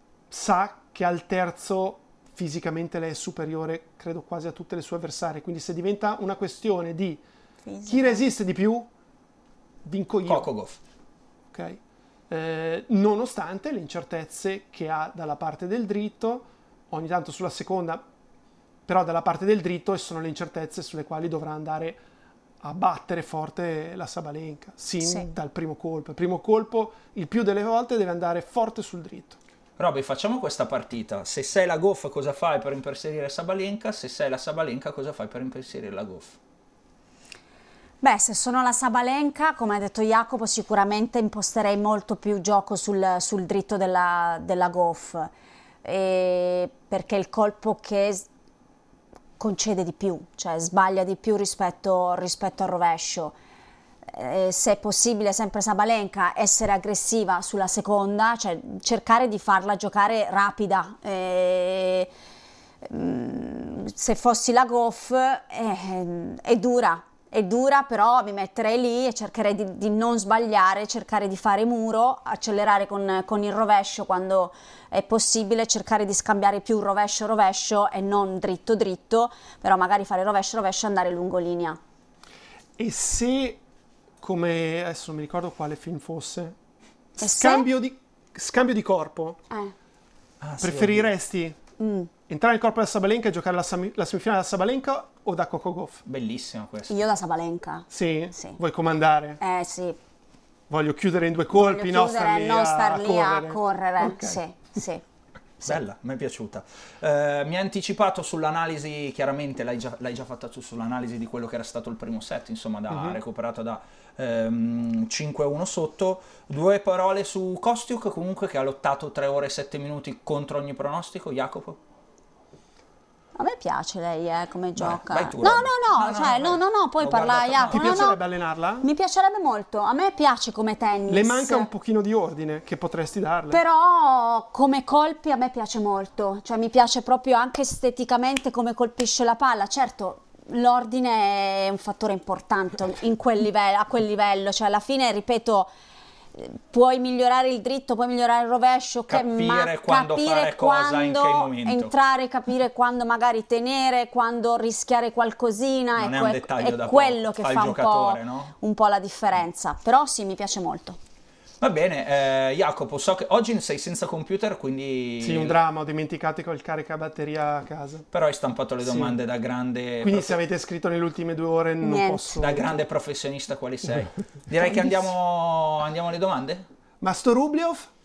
sa che al terzo fisicamente lei è superiore, credo quasi a tutte le sue avversarie, quindi se diventa una questione di chi resiste di più, vinco io. Coco Gauff. Ok? Eh, nonostante le incertezze che ha dalla parte del dritto, ogni tanto sulla seconda, però dalla parte del dritto, e sono le incertezze sulle quali dovrà andare a battere forte la Sabalenka, sin Sì. dal primo colpo. Il primo colpo, il più delle volte, deve andare forte sul dritto. Robby, facciamo questa partita. Se sei la Gauff, cosa fai per impensierire Sabalenka? Se sei la Sabalenka, cosa fai per impensierire la Gauff? Beh, se sono la Sabalenka, come ha detto Jacopo, sicuramente imposterei molto più gioco sul, sul dritto della, della Gauff, e perché è il colpo che s- concede di più, cioè sbaglia di più rispetto, rispetto al rovescio. Eh, se è possibile, sempre Sabalenka, essere aggressiva sulla seconda, cioè cercare di farla giocare rapida. Eh, mm, se fossi la Gauff, eh, è dura. È dura, però mi metterei lì e cercherei di, di non sbagliare, cercare di fare muro, accelerare con, con il rovescio quando è possibile, cercare di scambiare più rovescio-rovescio e non dritto-dritto, però magari fare rovescio-rovescio e andare lungo linea. E se, come adesso non mi ricordo quale film fosse, se? scambio di, scambio di corpo, Eh. Ah, sì, preferiresti Mm. entrare nel corpo della Sabalenka e giocare la, semi- la semifinale della Sabalenka o da Coco Gauff? bellissima questa. Io da Sabalenka. Sì? Sì. Vuoi comandare? Eh sì, Voglio chiudere in due colpi, voglio no? Star chiudere, lì non a star lì correre. a correre. Ok. Sì, sì. Sì. Bella, mi è piaciuta. Eh, mi ha anticipato sull'analisi, chiaramente l'hai già, l'hai già fatta tu sull'analisi di quello che era stato il primo set, insomma, da, Mhm. recuperato da ehm, cinque a uno sotto. Due parole su Kostyuk, comunque, che ha lottato tre ore e sette minuti contro ogni pronostico. Jacopo? A me piace lei, eh, come gioca. vai tu, no, Robby. no, no, No, no, cioè, no, no, vai. no, no, poi L'ho parla guardato- Jacopo. Ti no, no. piacerebbe allenarla? Mi piacerebbe molto, a me piace come tennis. Le manca un pochino di ordine che potresti darle. Però come colpi a me piace molto, cioè mi piace proprio anche esteticamente come colpisce la palla. Certo, l'ordine è un fattore importante in quel livello, a quel livello, cioè alla fine, ripeto, eh, puoi migliorare il dritto, puoi migliorare il rovescio, ok, Capire ma quando capire fare cosa, in che quando momento. entrare, capire quando magari tenere, quando rischiare qualcosina, Non è è, un que- dettaglio è da quello poco, che fa il fa un po', giocatore, no? un po' la differenza. Però sì, mi piace molto. Va bene, eh, Jacopo, so che oggi sei senza computer, quindi... Sì, un dramma, ho dimenticato col caricabatteria a casa. Però hai stampato le Sì. domande da grande... Quindi prof- se avete scritto nelle ultime due ore non Niente. posso... Da grande professionista quali sei. Direi che andiamo, andiamo alle domande? Ma sto Rublev?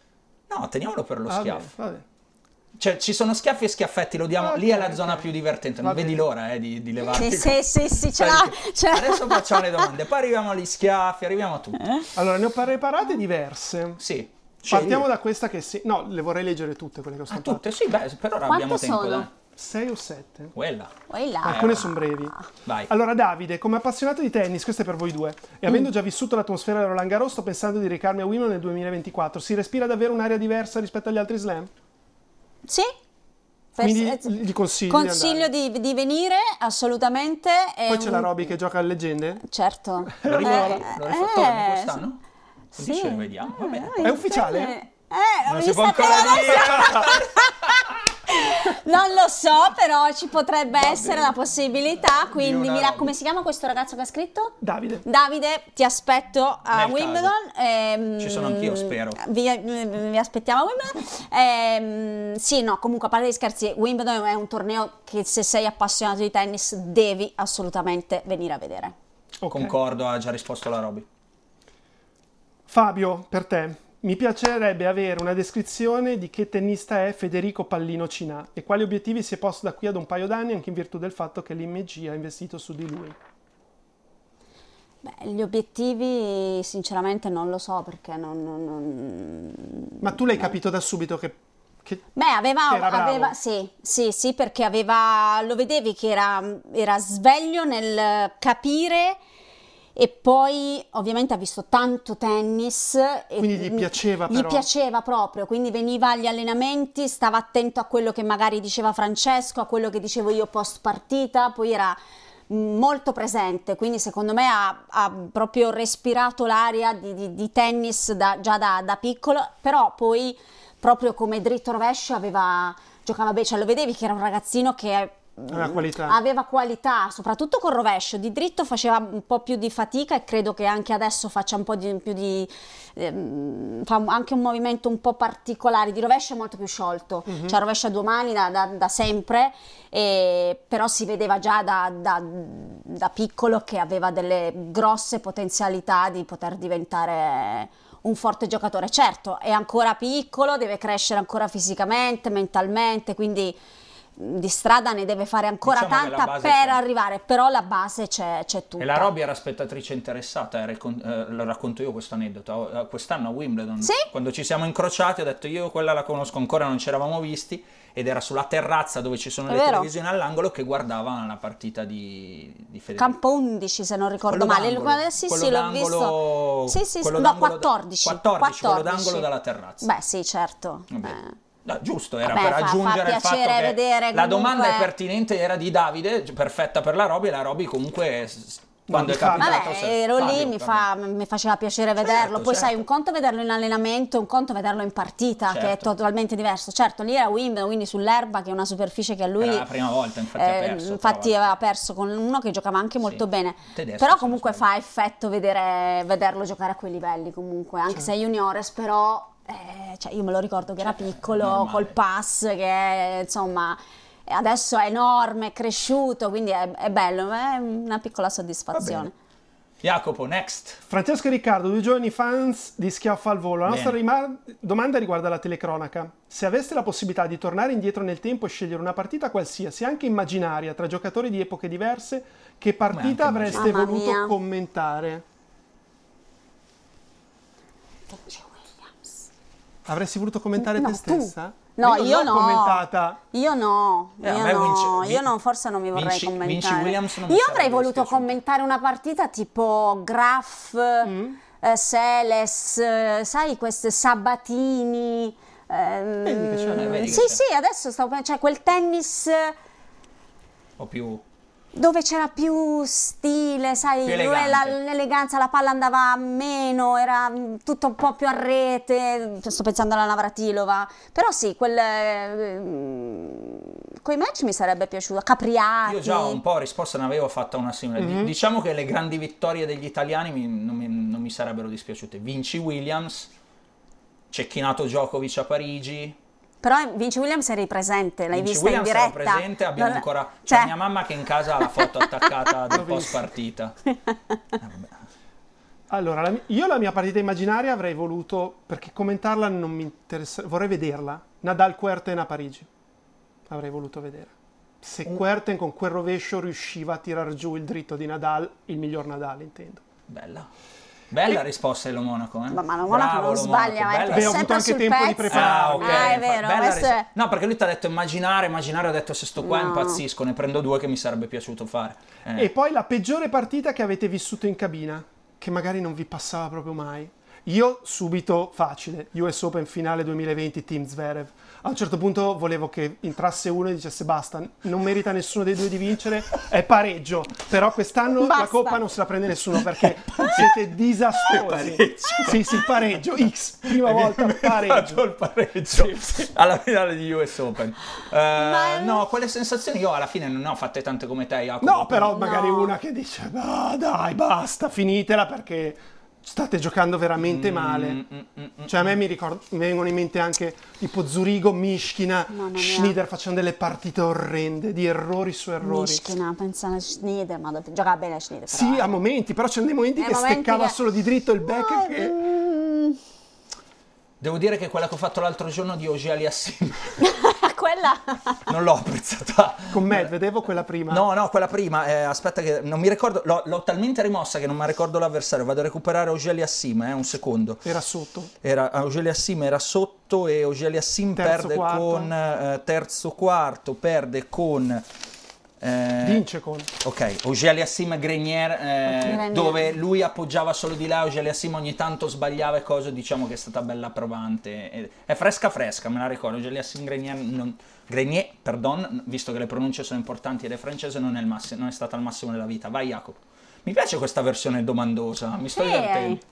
No, teniamolo per lo Ah, schiaffo. vabbè, vabbè. Cioè, ci sono schiaffi e schiaffetti, lo diamo, Ok, lì è la ok. zona più divertente, non Va vedi bene. l'ora eh, di, di levarti. Sì, sì, sì, sì, ce Sai, l'ha, dici, ce l'ha. Adesso facciamo le domande, poi arriviamo agli schiaffi, arriviamo a tutto. Allora, ne ho preparate diverse. Sì. Partiamo Scegli. da questa che sì. No, le vorrei leggere tutte quelle che ho Ah, stampato. tutte? Sì, beh, per ora Quante abbiamo tempo, sono? dai. sei o sette? Quella. Poi là. Alcune sono brevi. Vai. Allora, Davide, come appassionato di tennis, questo è per voi due, e avendo già vissuto l'atmosfera del Roland Garros, sto pensando di recarmi a Wimbledon nel duemilaventiquattro. Si respira davvero un'area diversa rispetto agli altri slam? Sì. Per- Quindi eh, gli consigli di Consiglio andare. di, di venire, assolutamente. È Poi c'è la un- Roby che gioca a leggende? Certo. Lo ritorno, Eh, lo ritorno eh, quest'anno? sì. Dice, vediamo, va bene. È ufficiale? Eh, Non mi si può sta ancora tirando- dire. Non lo so, però ci potrebbe essere la possibilità, quindi una mi roba. raccom- come si chiama questo ragazzo che ha scritto? Davide. Davide, ti aspetto a Nel Wimbledon. ehm, Ci sono anch'io, spero. Vi, vi aspettiamo a Wimbledon. Ehm, sì, no, comunque a parte gli scherzi, Wimbledon è un torneo che se sei appassionato di tennis devi assolutamente venire a vedere. Ok. Concordo, ha già risposto la Roby. Fabio, per te. Mi piacerebbe avere una descrizione di che tennista è Federico Pallino Cinà e quali obiettivi si è posto da qui ad un paio d'anni, anche in virtù del fatto che l'M G ha investito su di lui. Beh, gli obiettivi sinceramente non lo so perché non... non- non- Ma tu l'hai capito da subito che... che- Beh, aveva, Che era bravo. aveva sì, sì, sì, perché aveva, lo vedevi che era, era sveglio nel capire e poi ovviamente ha visto tanto tennis. E Quindi gli piaceva Gli però. piaceva proprio, quindi veniva agli allenamenti, stava attento a quello che magari diceva Francesco, a quello che dicevo io post partita, poi era molto presente, quindi secondo me ha, ha proprio respirato l'aria di, di- di tennis da- già da, da piccolo, però poi proprio come dritto rovescio aveva, giocava bene, cioè lo vedevi che era un ragazzino che Aveva qualità. aveva qualità, soprattutto col rovescio, di dritto faceva un po' più di fatica e credo che anche adesso faccia un po' di, più di ehm, fa anche un movimento un po' particolare, di rovescio è molto più sciolto, Mhm. cioè rovescia a due mani da, da- da sempre, e- però si vedeva già da, da- da piccolo che aveva delle grosse potenzialità di poter diventare un forte giocatore. Certo, è ancora piccolo, deve crescere ancora fisicamente, mentalmente, quindi di strada ne deve fare ancora Diciamo che la tanta base per c'è. arrivare, però la base c'è, c'è tutta. E la Roby era spettatrice interessata, era il con- eh, lo racconto io questo aneddoto. Eh, Quest'anno a Wimbledon, Sì? quando ci siamo incrociati, ho detto io quella la conosco ancora, non ci eravamo visti, ed era sulla terrazza dove ci sono È le vero. televisioni all'angolo che guardava la partita di, di Federico. Campo undici se non ricordo Quello male. d'angolo, Il- sì, quello sì, l'ho d'angolo- visto. Sì, sì, quello no, d'angolo- quattordici. quattordici, quello d'angolo dalla terrazza. Beh, sì, certo. Vabbè. Eh. No, giusto, era Vabbè, per fa- fa aggiungere il fatto piacere che vedere la comunque- domanda è pertinente, era di Davide, perfetta per la Roby, e la Roby comunque s- quando di è capitato... Vabbè, se- ero lì, Fabio, mi, vabbè. fa- mi faceva piacere vederlo. Certo, Poi sai, certo. un conto è vederlo in allenamento, un conto è vederlo in partita, che è Certo. totalmente diverso. Certo, lì era Wimbledon, quindi sull'erba, che è una superficie che a lui... Era la prima volta, infatti, ha eh, perso, infatti tra l'altro. aveva perso con uno che giocava anche molto Sì, bene. tedesco, Però se comunque non sbaglio. fa effetto vedere, vederlo giocare a quei livelli comunque, anche se è juniores, però... eh, cioè io me lo ricordo che era piccolo, normale. col pass, che insomma... e adesso è enorme, è cresciuto, quindi è, è bello, è una piccola soddisfazione. Jacopo, next. Francesco e Riccardo, due giovani fans di Schiaffo al Volo. La nostra Bene. rima- domanda riguarda la telecronaca. Se aveste la possibilità di tornare indietro nel tempo e scegliere una partita qualsiasi, anche immaginaria, tra giocatori di epoche diverse, che partita anche avreste Mamma voluto mia. commentare? Avresti voluto commentare No, te tu. stessa? No, non io l'ho no. commentata. Io no, Eh, a io, me no. Vinci- io Vin- non, forse non mi vorrei Vinci- commentare. Vinci Williams non mi io sarebbe avrei voluto dispiaciuto. commentare una partita tipo Graf, Mm. eh, Seles, eh, sai, queste Sabatini. ehm, Vedi che c'è, vedi che sì, c'è. sì, adesso stavo pensando, cioè quel tennis O più... dove c'era più stile, sai, Più dove elegante. la- l'eleganza, la palla andava meno, era mm, tutto un po' più a rete, sto pensando alla Navratilova, però sì, quel, eh, quei match mi sarebbe piaciuto, Capriati. Io già un po' risposta ne avevo fatta una simile. Di- Mhm. Diciamo che le grandi vittorie degli italiani mi- non, mi, non mi sarebbero dispiaciute. Vinci Williams, Cecchinato Djokovic a Parigi. Però Vinci Williams eri presente, l'hai Vinci vista Williams in era diretta. presente, abbiamo Non- ancora... C'è cioè- mia mamma che in casa ha la foto attaccata del L'ho post vista. partita. Allora, la, io la mia partita immaginaria avrei voluto, perché commentarla non mi interessa, vorrei vederla. Nadal Kuerten a Parigi. Avrei voluto vedere. Se Mm. Kuerten con quel rovescio riusciva a tirar giù il dritto di Nadal, il miglior Nadal intendo. Bella. Bella risposta dello Monaco, eh? Ma, ma lo Monaco Bravo, non lo sbaglia, Monaco, ma è bella. Beh, ho avuto sempre anche sul tempo di pezzo. prepararmi. Ah, ok. Ah, è vero, Bella questo ris- è- No, perché lui ti ha detto immaginare, immaginare, ho detto se sto qua No. impazzisco, ne prendo due che mi sarebbe piaciuto fare. Eh. E poi la peggiore partita che avete vissuto in cabina, che magari non vi passava proprio mai. Io subito facile, U S Open finale duemilaventi Team Zverev. A un certo punto volevo che entrasse uno e dicesse basta, non merita nessuno dei due di vincere, è pareggio. Però quest'anno Basta. la coppa non se la prende nessuno perché siete disastrosi. Pareggio. Sì, sì, pareggio, X, prima E volta viene fatto pareggio. il pareggio alla finale di U S Open. Eh, è- no, quelle sensazioni io alla fine non ne ho fatte tante come te, Jacopo. No, però No. magari una che dice ah, dai, basta, finitela perché state giocando veramente male. Mm, mm, mm, Cioè a me mi, ricordo, mi vengono in mente anche tipo Zurigo, Mishkina, Mamma mia. Schneider facendo delle partite orrende, di errori su errori. Mischina, pensano a Schneider, ma dove- giocava bene Schneider. però, Sì, eh. a momenti, però c'erano dei momenti Nei che momenti steccava che- solo di dritto il back No, che... mm, Devo dire che quella che ho fatto l'altro giorno di Auger Aliassime quella non l'ho apprezzata. Con me, vedevo quella prima. No, no, quella prima, eh, aspetta che non mi ricordo, l'ho, l'ho talmente rimossa che non mi ricordo l'avversario, vado a recuperare Auger Aliassime, eh, un secondo. Era sotto. Era, Auger Aliassime era sotto e Auger Aliassime Terzo, perde quarto. con eh, terzo quarto, perde con... eh, Vince con... Ok, Auger Aliassime Grenier, eh, Grenier. dove lui appoggiava solo di là, Auger Aliassime ogni tanto sbagliava e cose, diciamo che è stata bella provante. E- È fresca fresca, me la ricordo. Auger Aliassime Grenier, non, Grenier, pardon, visto che le pronunce sono importanti ed è francese, non è, il massimo, non è stata al massimo della vita. Vai Jacopo. Mi piace questa versione domandosa, mi sto Sì. divertendo.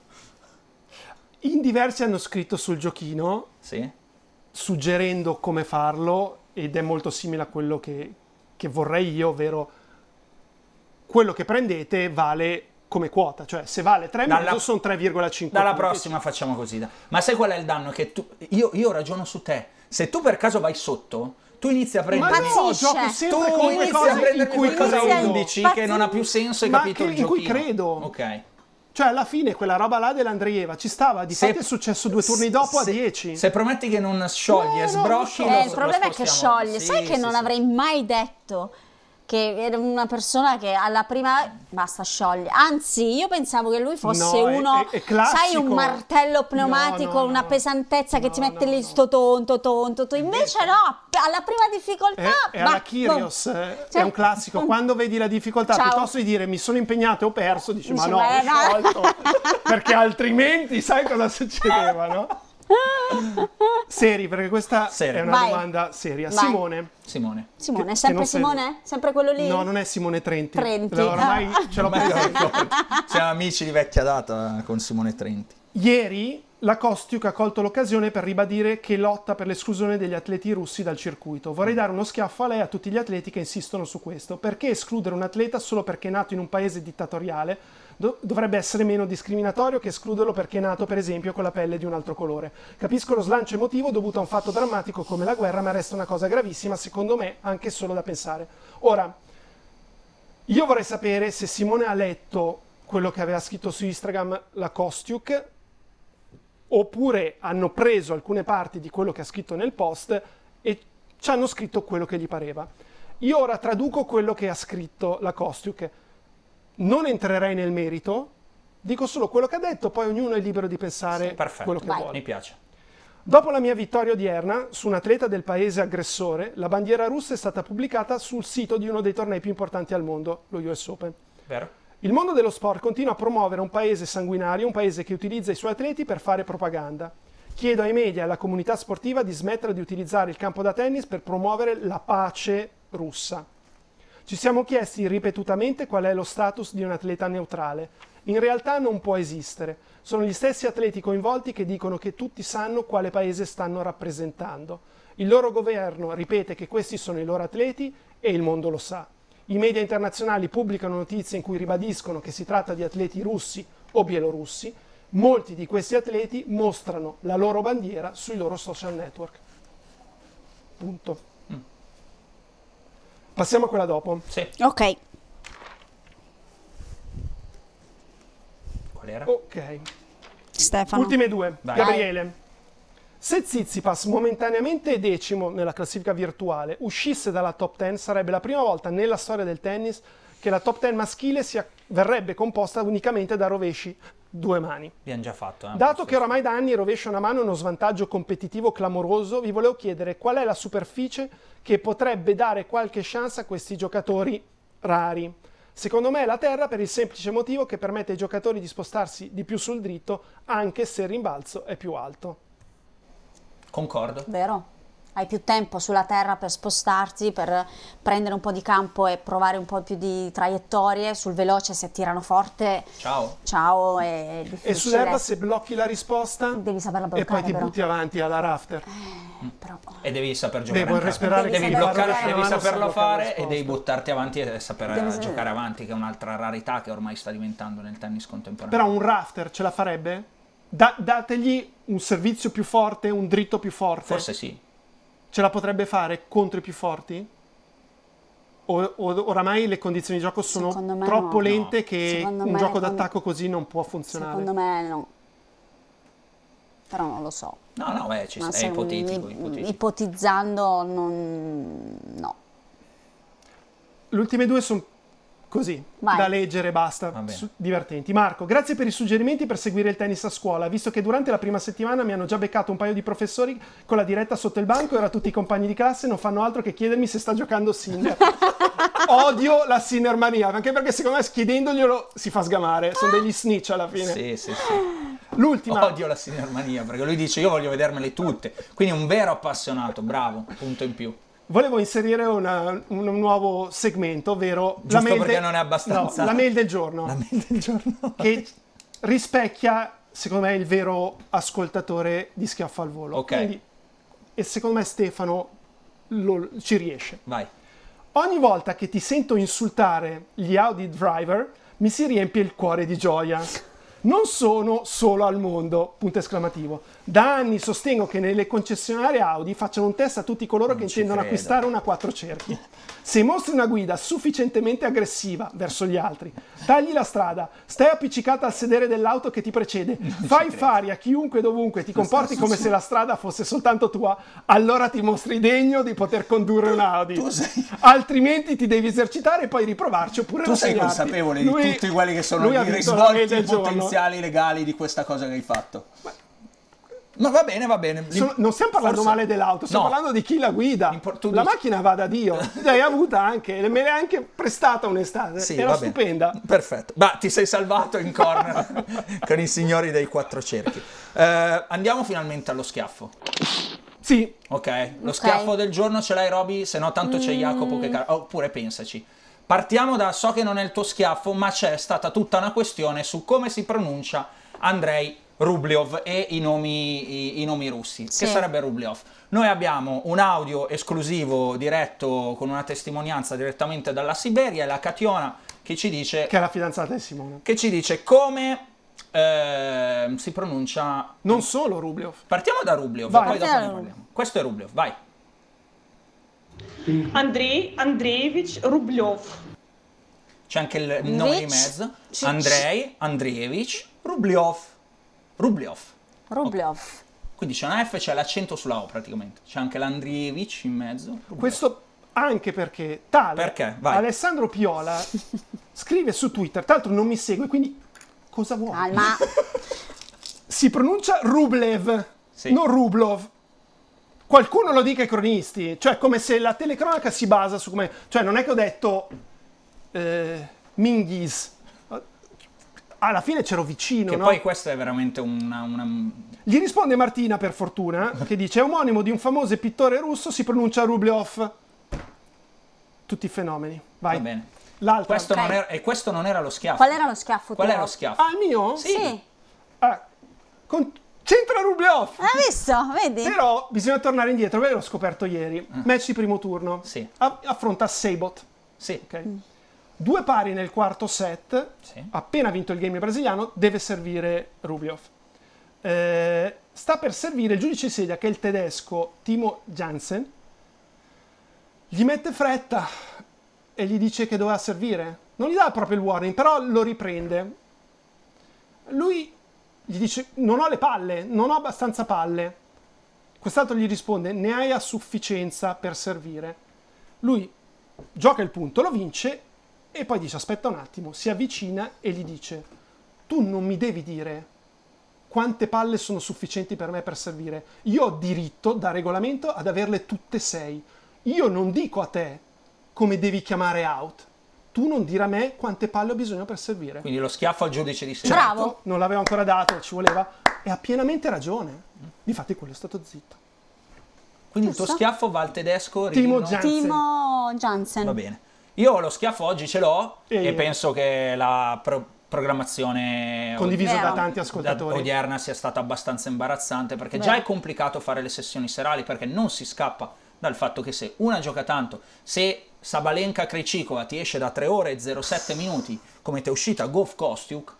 In diversi hanno scritto sul giochino, Sì? suggerendo come farlo, ed è molto simile a quello che, che vorrei io, ovvero quello che prendete vale come quota, cioè se vale tre virgola cinque Dalla- sono tre virgola cinque Dalla punti. prossima facciamo così. dai. Ma sai qual è il danno? Che tu, io, io ragiono su te. Se tu per caso vai sotto, tu inizi a Ma prendere... no, Impazzisce. gioco Tu sempre con le inizi a cose in prendere cui qualcosa a credo. undici che non ha più senso, hai Ma capito che- il in cui giochino. credo. Ok. Cioè alla fine quella roba là dell'Andreeva ci stava, di Se- fatto è successo due turni dopo a se- dieci. Se prometti che non sciogli No, e no, sbrocchi... non sciogli. lo- Eh, il lo problema è che spostiamo. scioglie. Sì, Sai che sì, non sì. avrei mai detto che era una persona che alla prima basta scioglie. Anzi, io pensavo che lui fosse No, è- uno, è- è classico. sai, un martello pneumatico, No, no, una no. pesantezza che No, ti mette no, lì no. sto tonto, tonto, tonto. Invece no, alla prima difficoltà... È, è bah, alla Kyrgios, boom. eh, Cioè, è un classico. boom. Quando vedi la difficoltà, Ciao. piuttosto di dire mi sono impegnato e ho perso, dici ma Dici, no, beh, ho no. sciolto. Perché altrimenti sai cosa succedeva, no? Seri, perché questa Seria. è una Vai. domanda seria. Vai. Simone. Simone. Simone, Che- è sempre che non sei- Simone? Sempre quello lì? No, non è Simone Trenti. Trenti. Ormai ce l'ho Me lo presa. ricordo. Siamo amici di vecchia data eh, con Simone Trenti. Ieri la Kostiuk ha colto l'occasione per ribadire che lotta per l'esclusione degli atleti russi dal circuito. Vorrei dare uno schiaffo a lei e a tutti gli atleti che insistono su questo. Perché escludere un atleta solo perché è nato in un paese dittatoriale do- dovrebbe essere meno discriminatorio che escluderlo perché è nato, per esempio, con la pelle di un altro colore? Capisco lo slancio emotivo dovuto a un fatto drammatico come la guerra, ma resta una cosa gravissima, secondo me, anche solo da pensare. Ora, io vorrei sapere se Simone ha letto quello che aveva scritto su Instagram la Kostiuk, oppure hanno preso alcune parti di quello che ha scritto nel post e ci hanno scritto quello che gli pareva. Io ora traduco quello che ha scritto la Kostiuk. Non entrerei nel merito, dico solo quello che ha detto, poi ognuno è libero di pensare Perfetto, quello che Vai. vuole. mi piace. Dopo la mia vittoria odierna su un atleta del paese aggressore, la bandiera russa è stata pubblicata sul sito di uno dei tornei più importanti al mondo, lo U S Open. Vero? Il mondo dello sport continua a promuovere un paese sanguinario, un paese che utilizza i suoi atleti per fare propaganda. Chiedo ai media e alla comunità sportiva di smettere di utilizzare il campo da tennis per promuovere la pace russa. Ci siamo chiesti ripetutamente qual è lo status di un atleta neutrale. In realtà non può esistere. Sono gli stessi atleti coinvolti che dicono che tutti sanno quale paese stanno rappresentando. Il loro governo ripete che questi sono i loro atleti e il mondo lo sa. I media internazionali pubblicano notizie in cui ribadiscono che si tratta di atleti russi o bielorussi. Molti di questi atleti mostrano la loro bandiera sui loro social network. Punto. Mm. Passiamo a quella dopo. Sì. Ok. Qual era? Ok. Stefano. Ultime due. Vai. Gabriele. Se Tsitsipas, momentaneamente decimo nella classifica virtuale, uscisse dalla top dieci, sarebbe la prima volta nella storia del tennis che la top dieci maschile sia, verrebbe composta unicamente da rovesci due mani. Abbiamo già fatto. Eh, Dato che oramai da anni il rovescio a una mano è uno svantaggio competitivo clamoroso, vi volevo chiedere qual è la superficie che potrebbe dare qualche chance a questi giocatori rari. Secondo me è la terra, per il semplice motivo che permette ai giocatori di spostarsi di più sul dritto anche se il rimbalzo è più alto. Concordo. Vero? Hai più tempo sulla terra per spostarti, per prendere un po' di campo e provare un po' più di traiettorie. Sul veloce se tirano forte, Ciao. ciao, è difficile. E sull'erba se blocchi la risposta devi saperla e bloccare, poi ti però. butti avanti alla rafter. Eh, però... E devi saper giocare. Devo anche. respirare Devi che bloccare, bloccare, devi no, non saperlo so bloccare la fare e risposta. devi buttarti avanti e saper Devi- giocare avanti, che è un'altra rarità che ormai sta diventando nel tennis contemporaneo. Però un rafter ce la farebbe? Da- dategli un servizio più forte, un dritto più forte. Forse sì. Ce la potrebbe fare contro i più forti? O, o oramai le condizioni di gioco sono Secondo me troppo no. lente No. che Secondo un me gioco quando- d'attacco così non può funzionare? Secondo me no. Però non lo so. No, no, beh, ci Ma sta, è se- ipotetico, i- ipotetico. Ipotizzando, non... no. Le ultime due sono così, Vai. da leggere e basta, Va bene. su- divertenti. Marco, grazie per i suggerimenti per seguire il tennis a scuola, visto che durante la prima settimana mi hanno già beccato un paio di professori con la diretta sotto il banco, ora tutti i compagni di classe non fanno altro che chiedermi se sta giocando Sinner. Odio la Sinner mania, anche perché secondo me chiedendoglielo si fa sgamare, sono degli snitch alla fine. Sì, sì, sì. L'ultima, Odio la sinermania, perché lui dice io voglio vedermele tutte. Quindi un vero appassionato, bravo, punto in più. volevo inserire una- un nuovo segmento, ovvero la Giusto mail, perché de- non è abbastanza. no, la mail del giorno. La mail del giorno. Che rispecchia, secondo me, il vero ascoltatore di Schiaffo al Volo. Ok. Quindi, e secondo me Stefano lo- ci riesce. Vai. Ogni volta che ti sento insultare gli Audi driver, mi si riempie il cuore di gioia. Non sono solo al mondo, punto esclamativo. Da anni sostengo che nelle concessionarie Audi facciano un test a tutti coloro che ci intendono credo. acquistare una quattro cerchi. Se mostri una guida sufficientemente aggressiva verso gli altri, tagli la strada, stai appiccicata al sedere dell'auto che ti precede, fai fari a chiunque e dovunque, ti comporti come se la strada fosse soltanto tua, allora ti mostri degno di poter condurre un Audi. tu sei- Altrimenti ti devi esercitare e poi riprovarci oppure Tu sei rassegnarti. consapevole di Lui- tutti quelli che sono lui i ha vinto la mail risvolti del giorno. potenziali legali di questa cosa che hai fatto. Ma va bene, va bene. Sono- non stiamo parlando Forse- male dell'auto, stiamo No. parlando di chi la guida. Impor- tu la dici- macchina va da Dio. L'hai avuta anche, me l'hai anche prestata un'estate. Sì, Era va bene. stupenda. Perfetto. Ma ti sei salvato in corner con i signori dei quattro cerchi. Eh, andiamo finalmente allo schiaffo. Sì, Ok, lo Ok. schiaffo del giorno ce l'hai, Roby? Se no tanto c'è Jacopo che... car- Oppure pensaci. Partiamo da, so che non è il tuo schiaffo, ma c'è stata tutta una questione su come si pronuncia Andrei Rublev e i nomi, i, i nomi russi. Sì. Che sarebbe Rublev? Noi abbiamo un audio esclusivo diretto con una testimonianza direttamente dalla Siberia e la Kationa che ci dice, che è la fidanzata di Simone. che ci dice come eh, si pronuncia... Non solo Rublev. Partiamo da Rublev, Vai. poi dopo ne Partiamo. parliamo. Questo è Rublev, vai. Андрей Андреевич Рублев. C'è anche il nome di Rich. mezzo. Rich. Andrei Andreevich Rublev. Rublev. Rublev. Quindi c'è una F, c'è l'accento sulla O praticamente. C'è anche l'Andreevich in mezzo. Rublev. Questo anche perché tale Perché? Vai. Alessandro Piola scrive su Twitter, tra l'altro non mi segue, quindi cosa vuoi? Calma. Si pronuncia Rublev, Sì. non Rublov. Qualcuno lo dica ai cronisti, cioè come se la telecronaca si basa su come... Cioè non è che ho detto eh, Minghis. Alla fine c'ero vicino, Che no? poi questa è veramente una... una... Gli risponde Martina, per fortuna, che dice è omonimo di un famoso pittore russo, si pronuncia Rublev. Tutti fenomeni. Vai. Va bene. L'altra. Questo Ok. non era... E questo non era lo schiaffo. Qual era lo schiaffo Qual tuo? era lo schiaffo? Ah, il mio? Sì. Ah, con... C'entra Rublev! Hai visto? Vedi? Però bisogna tornare indietro, ve l'ho scoperto ieri. Match di primo turno. Sì. A- affronta Sabot. Sì. Ok. Due pari nel quarto set. Sì. Appena vinto il game brasiliano, deve servire Rublev. Eh, sta per servire il giudice di sedia, che è il tedesco Timo Jansen. Gli mette fretta e gli dice che doveva servire. Non gli dà proprio il warning, però lo riprende. Lui gli dice non ho le palle, non ho abbastanza palle. Quest'altro gli risponde ne hai a sufficienza per servire. Lui gioca il punto, lo vince e poi dice aspetta un attimo, si avvicina e gli dice tu non mi devi dire quante palle sono sufficienti per me per servire. Io ho diritto da regolamento ad averle tutte sei. Io non dico a te come devi chiamare out. Tu non dire a me quante palle ho bisogno per servire. Quindi lo schiaffo al giudice di servizio. Bravo. Non l'avevo ancora dato, ci voleva. E ha pienamente ragione. Difatti quello è stato zitto. Quindi il tuo schiaffo va al tedesco Timo Rino. Jansen. Timo Jansen. Va bene. Io lo schiaffo oggi ce l'ho E e, io. penso che la pro- programmazione Condiviso Vero. da tanti da- ascoltatori. odierna sia stata abbastanza imbarazzante, perché Vero. già è complicato fare le sessioni serali, perché non si scappa dal fatto che se una gioca tanto, se Sabalenka Krejcikova ti esce da tre ore e zero sette minuti come ti è uscita Goff Kostiuk,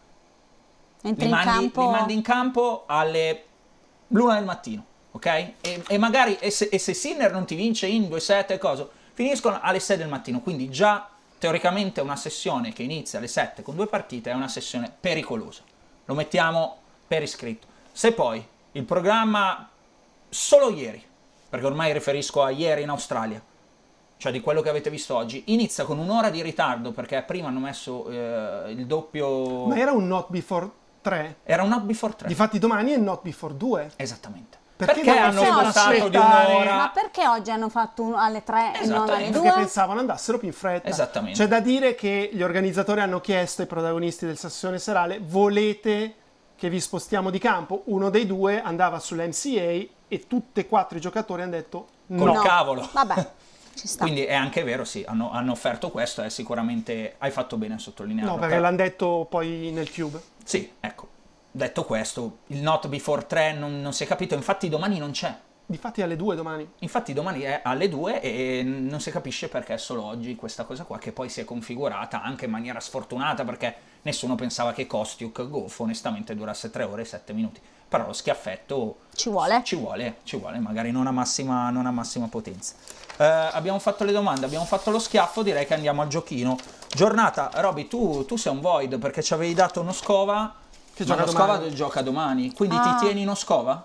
Entri li in mandi, campo. li mandi in campo alle l'una del mattino, ok? E, e magari e se, e se Sinner non ti vince in due sette e cosa, finiscono alle sei del mattino, quindi già teoricamente una sessione che inizia alle sette con due partite è una sessione pericolosa. Lo mettiamo per iscritto. Se poi il programma solo ieri, perché ormai riferisco a ieri in Australia, cioè di quello che avete visto oggi, inizia con un'ora di ritardo perché prima hanno messo eh, il doppio... Ma era un not before tre. Era un not before tre. Difatti domani è not before due. Esattamente. Perché Perché, non hanno possiamo passato di aspettare? un'ora? Ma perché oggi hanno fatto un- alle tre e non alle Esattamente. due? Perché pensavano andassero più in fretta. Esattamente. C'è da dire che gli organizzatori hanno chiesto ai protagonisti del sessione serale volete che vi spostiamo di campo? Uno dei due andava sull'M C A e tutti e quattro i giocatori hanno detto no. Col cavolo. Vabbè, ci sta. Quindi è anche vero, sì, hanno, hanno offerto questo e sicuramente hai fatto bene a sottolinearlo. No, perché l'hanno detto poi nel Cube. Sì, ecco. Detto questo, il not before tre non, non si è capito, infatti domani non c'è. Difatti alle due domani. Infatti domani è alle due e non si capisce perché è solo oggi questa cosa qua, che poi si è configurata anche in maniera sfortunata, perché nessuno pensava che Kostiuk Goff onestamente durasse tre ore e sette minuti. Però lo schiaffetto Ci vuole. ci vuole, ci vuole, magari non a massima, non a massima potenza. Eh, abbiamo fatto le domande, abbiamo fatto lo schiaffo, direi che andiamo al giochino. Giornata, Roby, tu, tu sei un void perché ci avevi dato Noskova, Che ma gioca Noskova domani. gioca domani, quindi Ah. ti tieni Noskova?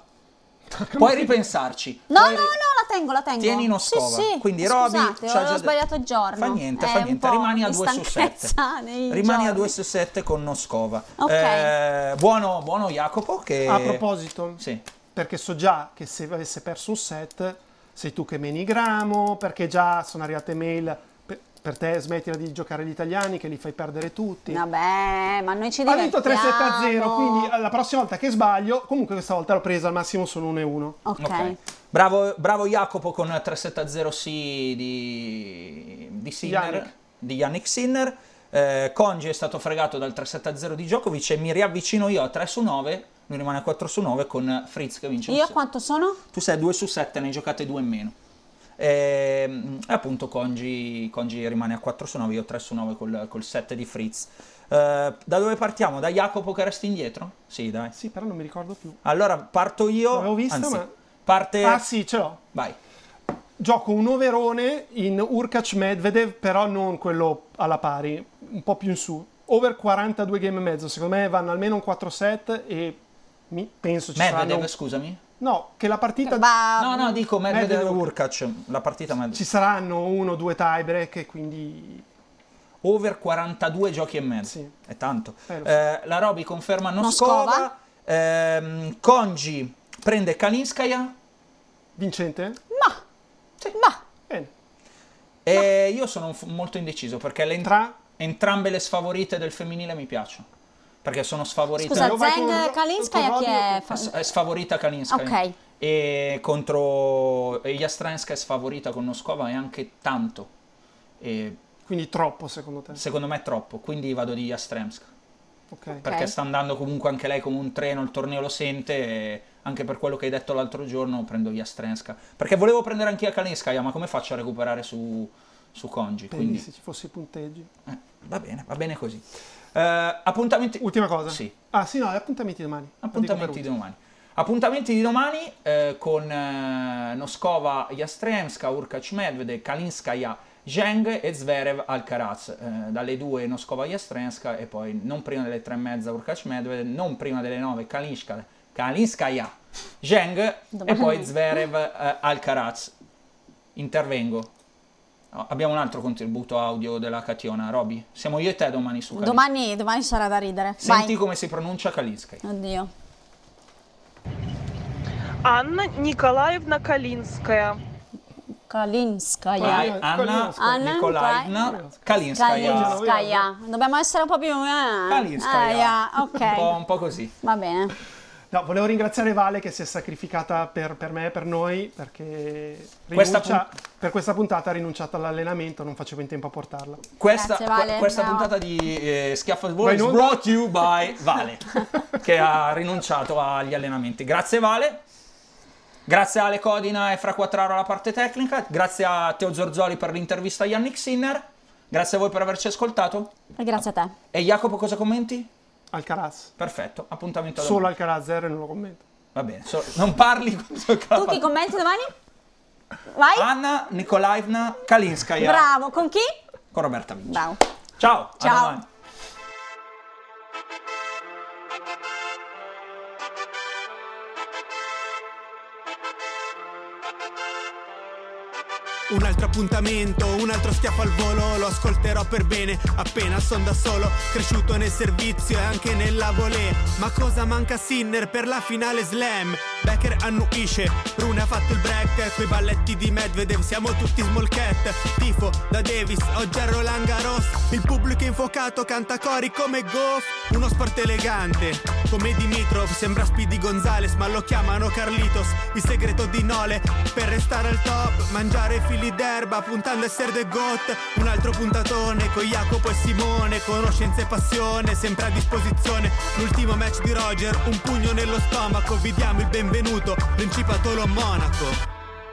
Puoi ripensarci. No, Puoi no, ri- no, la tengo, la tengo. Tieni Noskova. Sì, sì. Quindi Roby Scusate, c'ha ho già- sbagliato il giorno. Fa niente, È fa un niente, po' rimani a di due su sette. stanchezza nei Rimani a giorni. due su sette con Noskova. Ok. Eh, buono, buono Jacopo che... A proposito, Sì. perché so già che se avesse perso un set sei tu che meni Gramo, perché già sono arrivate mail per, per te smettila di giocare gli italiani che li fai perdere tutti. Vabbè, ma noi ci Ha divertiamo. vinto tre sette a zero, quindi la prossima volta che sbaglio, comunque questa volta l'ho presa al massimo sono uno e uno. Ok. Ok. Bravo, bravo Jacopo con tre sette a zero sì di, di Sinner, Yannick. di Yannick Sinner. Eh, Congi è stato fregato dal tre sette a zero di Djokovic e mi riavvicino io a tre su nove, lui rimane a quattro su nove con Fritz che vince. un Io a set. quanto sono? Tu sei a due su sette, ne hai giocate due in meno. E appunto Congi, Congi rimane a quattro su nove, io tre su nove col, col set di Fritz. Eh, da dove partiamo? Da Jacopo che resti indietro? Sì, dai. Sì, però non mi ricordo più. Allora parto io. L'avevo vista, anzi, ma- parte... Ah sì, ce l'ho. Vai. Gioco un overone in Urkac Medvedev, però non quello alla pari, un po' più in su. Over quarantadue game e mezzo, secondo me vanno almeno un quattro set e mi, penso ci Medvedev, saranno... scusami? No, che la partita... Va- No, no, dico Medvedev e Medvedev- Urkac, la partita Medvedev. Ci saranno uno o due tiebreak e quindi... Over quarantadue giochi e mezzo. Sì. È tanto. Eh, lo so. Eh, la Roby conferma Noskova. Noskova. Ehm, Congi prende Kalinskaya. Vincente? Ma, ma, Bene. E io sono f- molto indeciso perché le Tra... entrambe le sfavorite del femminile mi piacciono. Perché sono sfavorite. scusa, Io vai Zeng con- Kalinskaya con chi Roby è? o con- Fa- È sfavorita Kalinskaya. Ok. E contro Jastrenska è sfavorita con Noskova e anche tanto. E Quindi troppo secondo te? secondo me è troppo, quindi vado di Jastrenska. Ok. Perché sta andando comunque anche lei come un treno, il torneo lo sente e anche per quello che hai detto l'altro giorno prendo Jastrenska. Perché volevo prendere anche a Kalinskaya, ma come faccio a recuperare su, su Congi? Vedi Quindi se ci fossi i punteggi. eh, va bene, va bene così. Eh, appuntamenti... Ultima cosa? Sì. Ah sì, no, gli appuntamenti domani. Lo dico Appuntamenti per di ultimo. domani. Appuntamenti di domani eh, con eh, Noskova Jastremska, Urkac Medvedev, Kalinskaya Zheng e Zverev Alcaraz, eh, dalle due Noskova Jastrenska e poi non prima delle tre e mezza Urkac Medvedev, non prima delle nove Kalinskaya, Kalinskaya Zheng e poi Zverev eh, Alcaraz. Intervengo. No, abbiamo un altro contributo audio della Kationa. Roby, siamo io e te domani su Kalinskaya. Domani, domani sarà da ridere. Senti Vai. come si pronuncia Kalinskaya. Oddio. Anna Nikolaevna Kalinskaya. Kalinskaya. Vai, Anna, Anna Nikolaevna Kalinskaya. Kalinskaya. Dobbiamo essere un po' più... eh. Kalinskaya. Ah, yeah, ok. Un po', un po' così. Va bene. No, volevo ringraziare Vale che si è sacrificata per, per me e per noi, perché Questa rinuncia, per questa puntata ha rinunciato all'allenamento, non facevo in tempo a portarla. Questa, Grazie, Vale. que- questa Ciao. puntata di eh, Schiaffo al Volo Vai is in onda. brought to you by Vale, che ha rinunciato agli allenamenti. Grazie Vale. Grazie a Ale Codina e Fra Quattraro alla parte tecnica. Grazie a Teo Zorzoli per l'intervista a Yannick Sinner. Grazie a voi per averci ascoltato. E grazie a te. E Jacopo, cosa commenti? Alcaraz. Perfetto, appuntamento a Solo domani. Alcaraz, zero e non lo commento. Va bene, so- non parli. Tu chi commenti domani? Vai. Anna Nikolaevna Kalinskaya. Bravo. Con chi? Con Roberta Vinci. Bravo. Ciao, a Ciao. domani. Un altro appuntamento, un altro schiaffo al volo, lo ascolterò per bene, appena son da solo, cresciuto nel servizio e anche nella volée. Ma cosa manca a Sinner per la finale slam? Becker annuisce, Rune ha fatto il break, coi balletti di Medvedev siamo tutti small cat. Tifo da Davis, oggi a Roland Garros, il pubblico infuocato canta cori come Goff. Uno sport elegante, come Dimitrov, sembra Speedy Gonzales ma lo chiamano Carlitos. Il segreto di Nole, per restare al top, mangiare fili d'erba puntando a essere the goat. Un altro puntatone con Jacopo e Simone, conoscenza e passione sempre a disposizione. L'ultimo match di Roger, un pugno nello stomaco, vi diamo il benvenuto, Principatolo Monaco.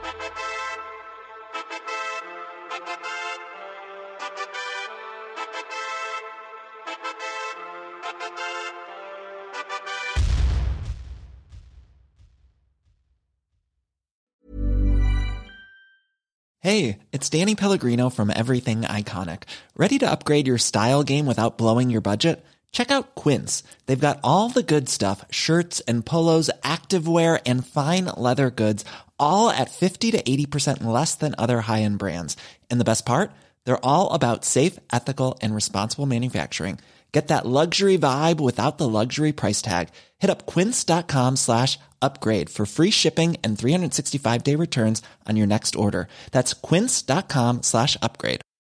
Hey, it's Danny Pellegrino from Everything Iconic. Ready to upgrade your style game without blowing your budget? Check out Quince. They've got all the good stuff, shirts and polos, activewear, and fine leather goods, all at fifty to eighty percent less than other high-end brands. And the best part? They're all about safe, ethical, and responsible manufacturing. Get that luxury vibe without the luxury price tag. Hit up quince.com slash upgrade for free shipping and three sixty-five day returns on your next order. That's quince.com slash upgrade.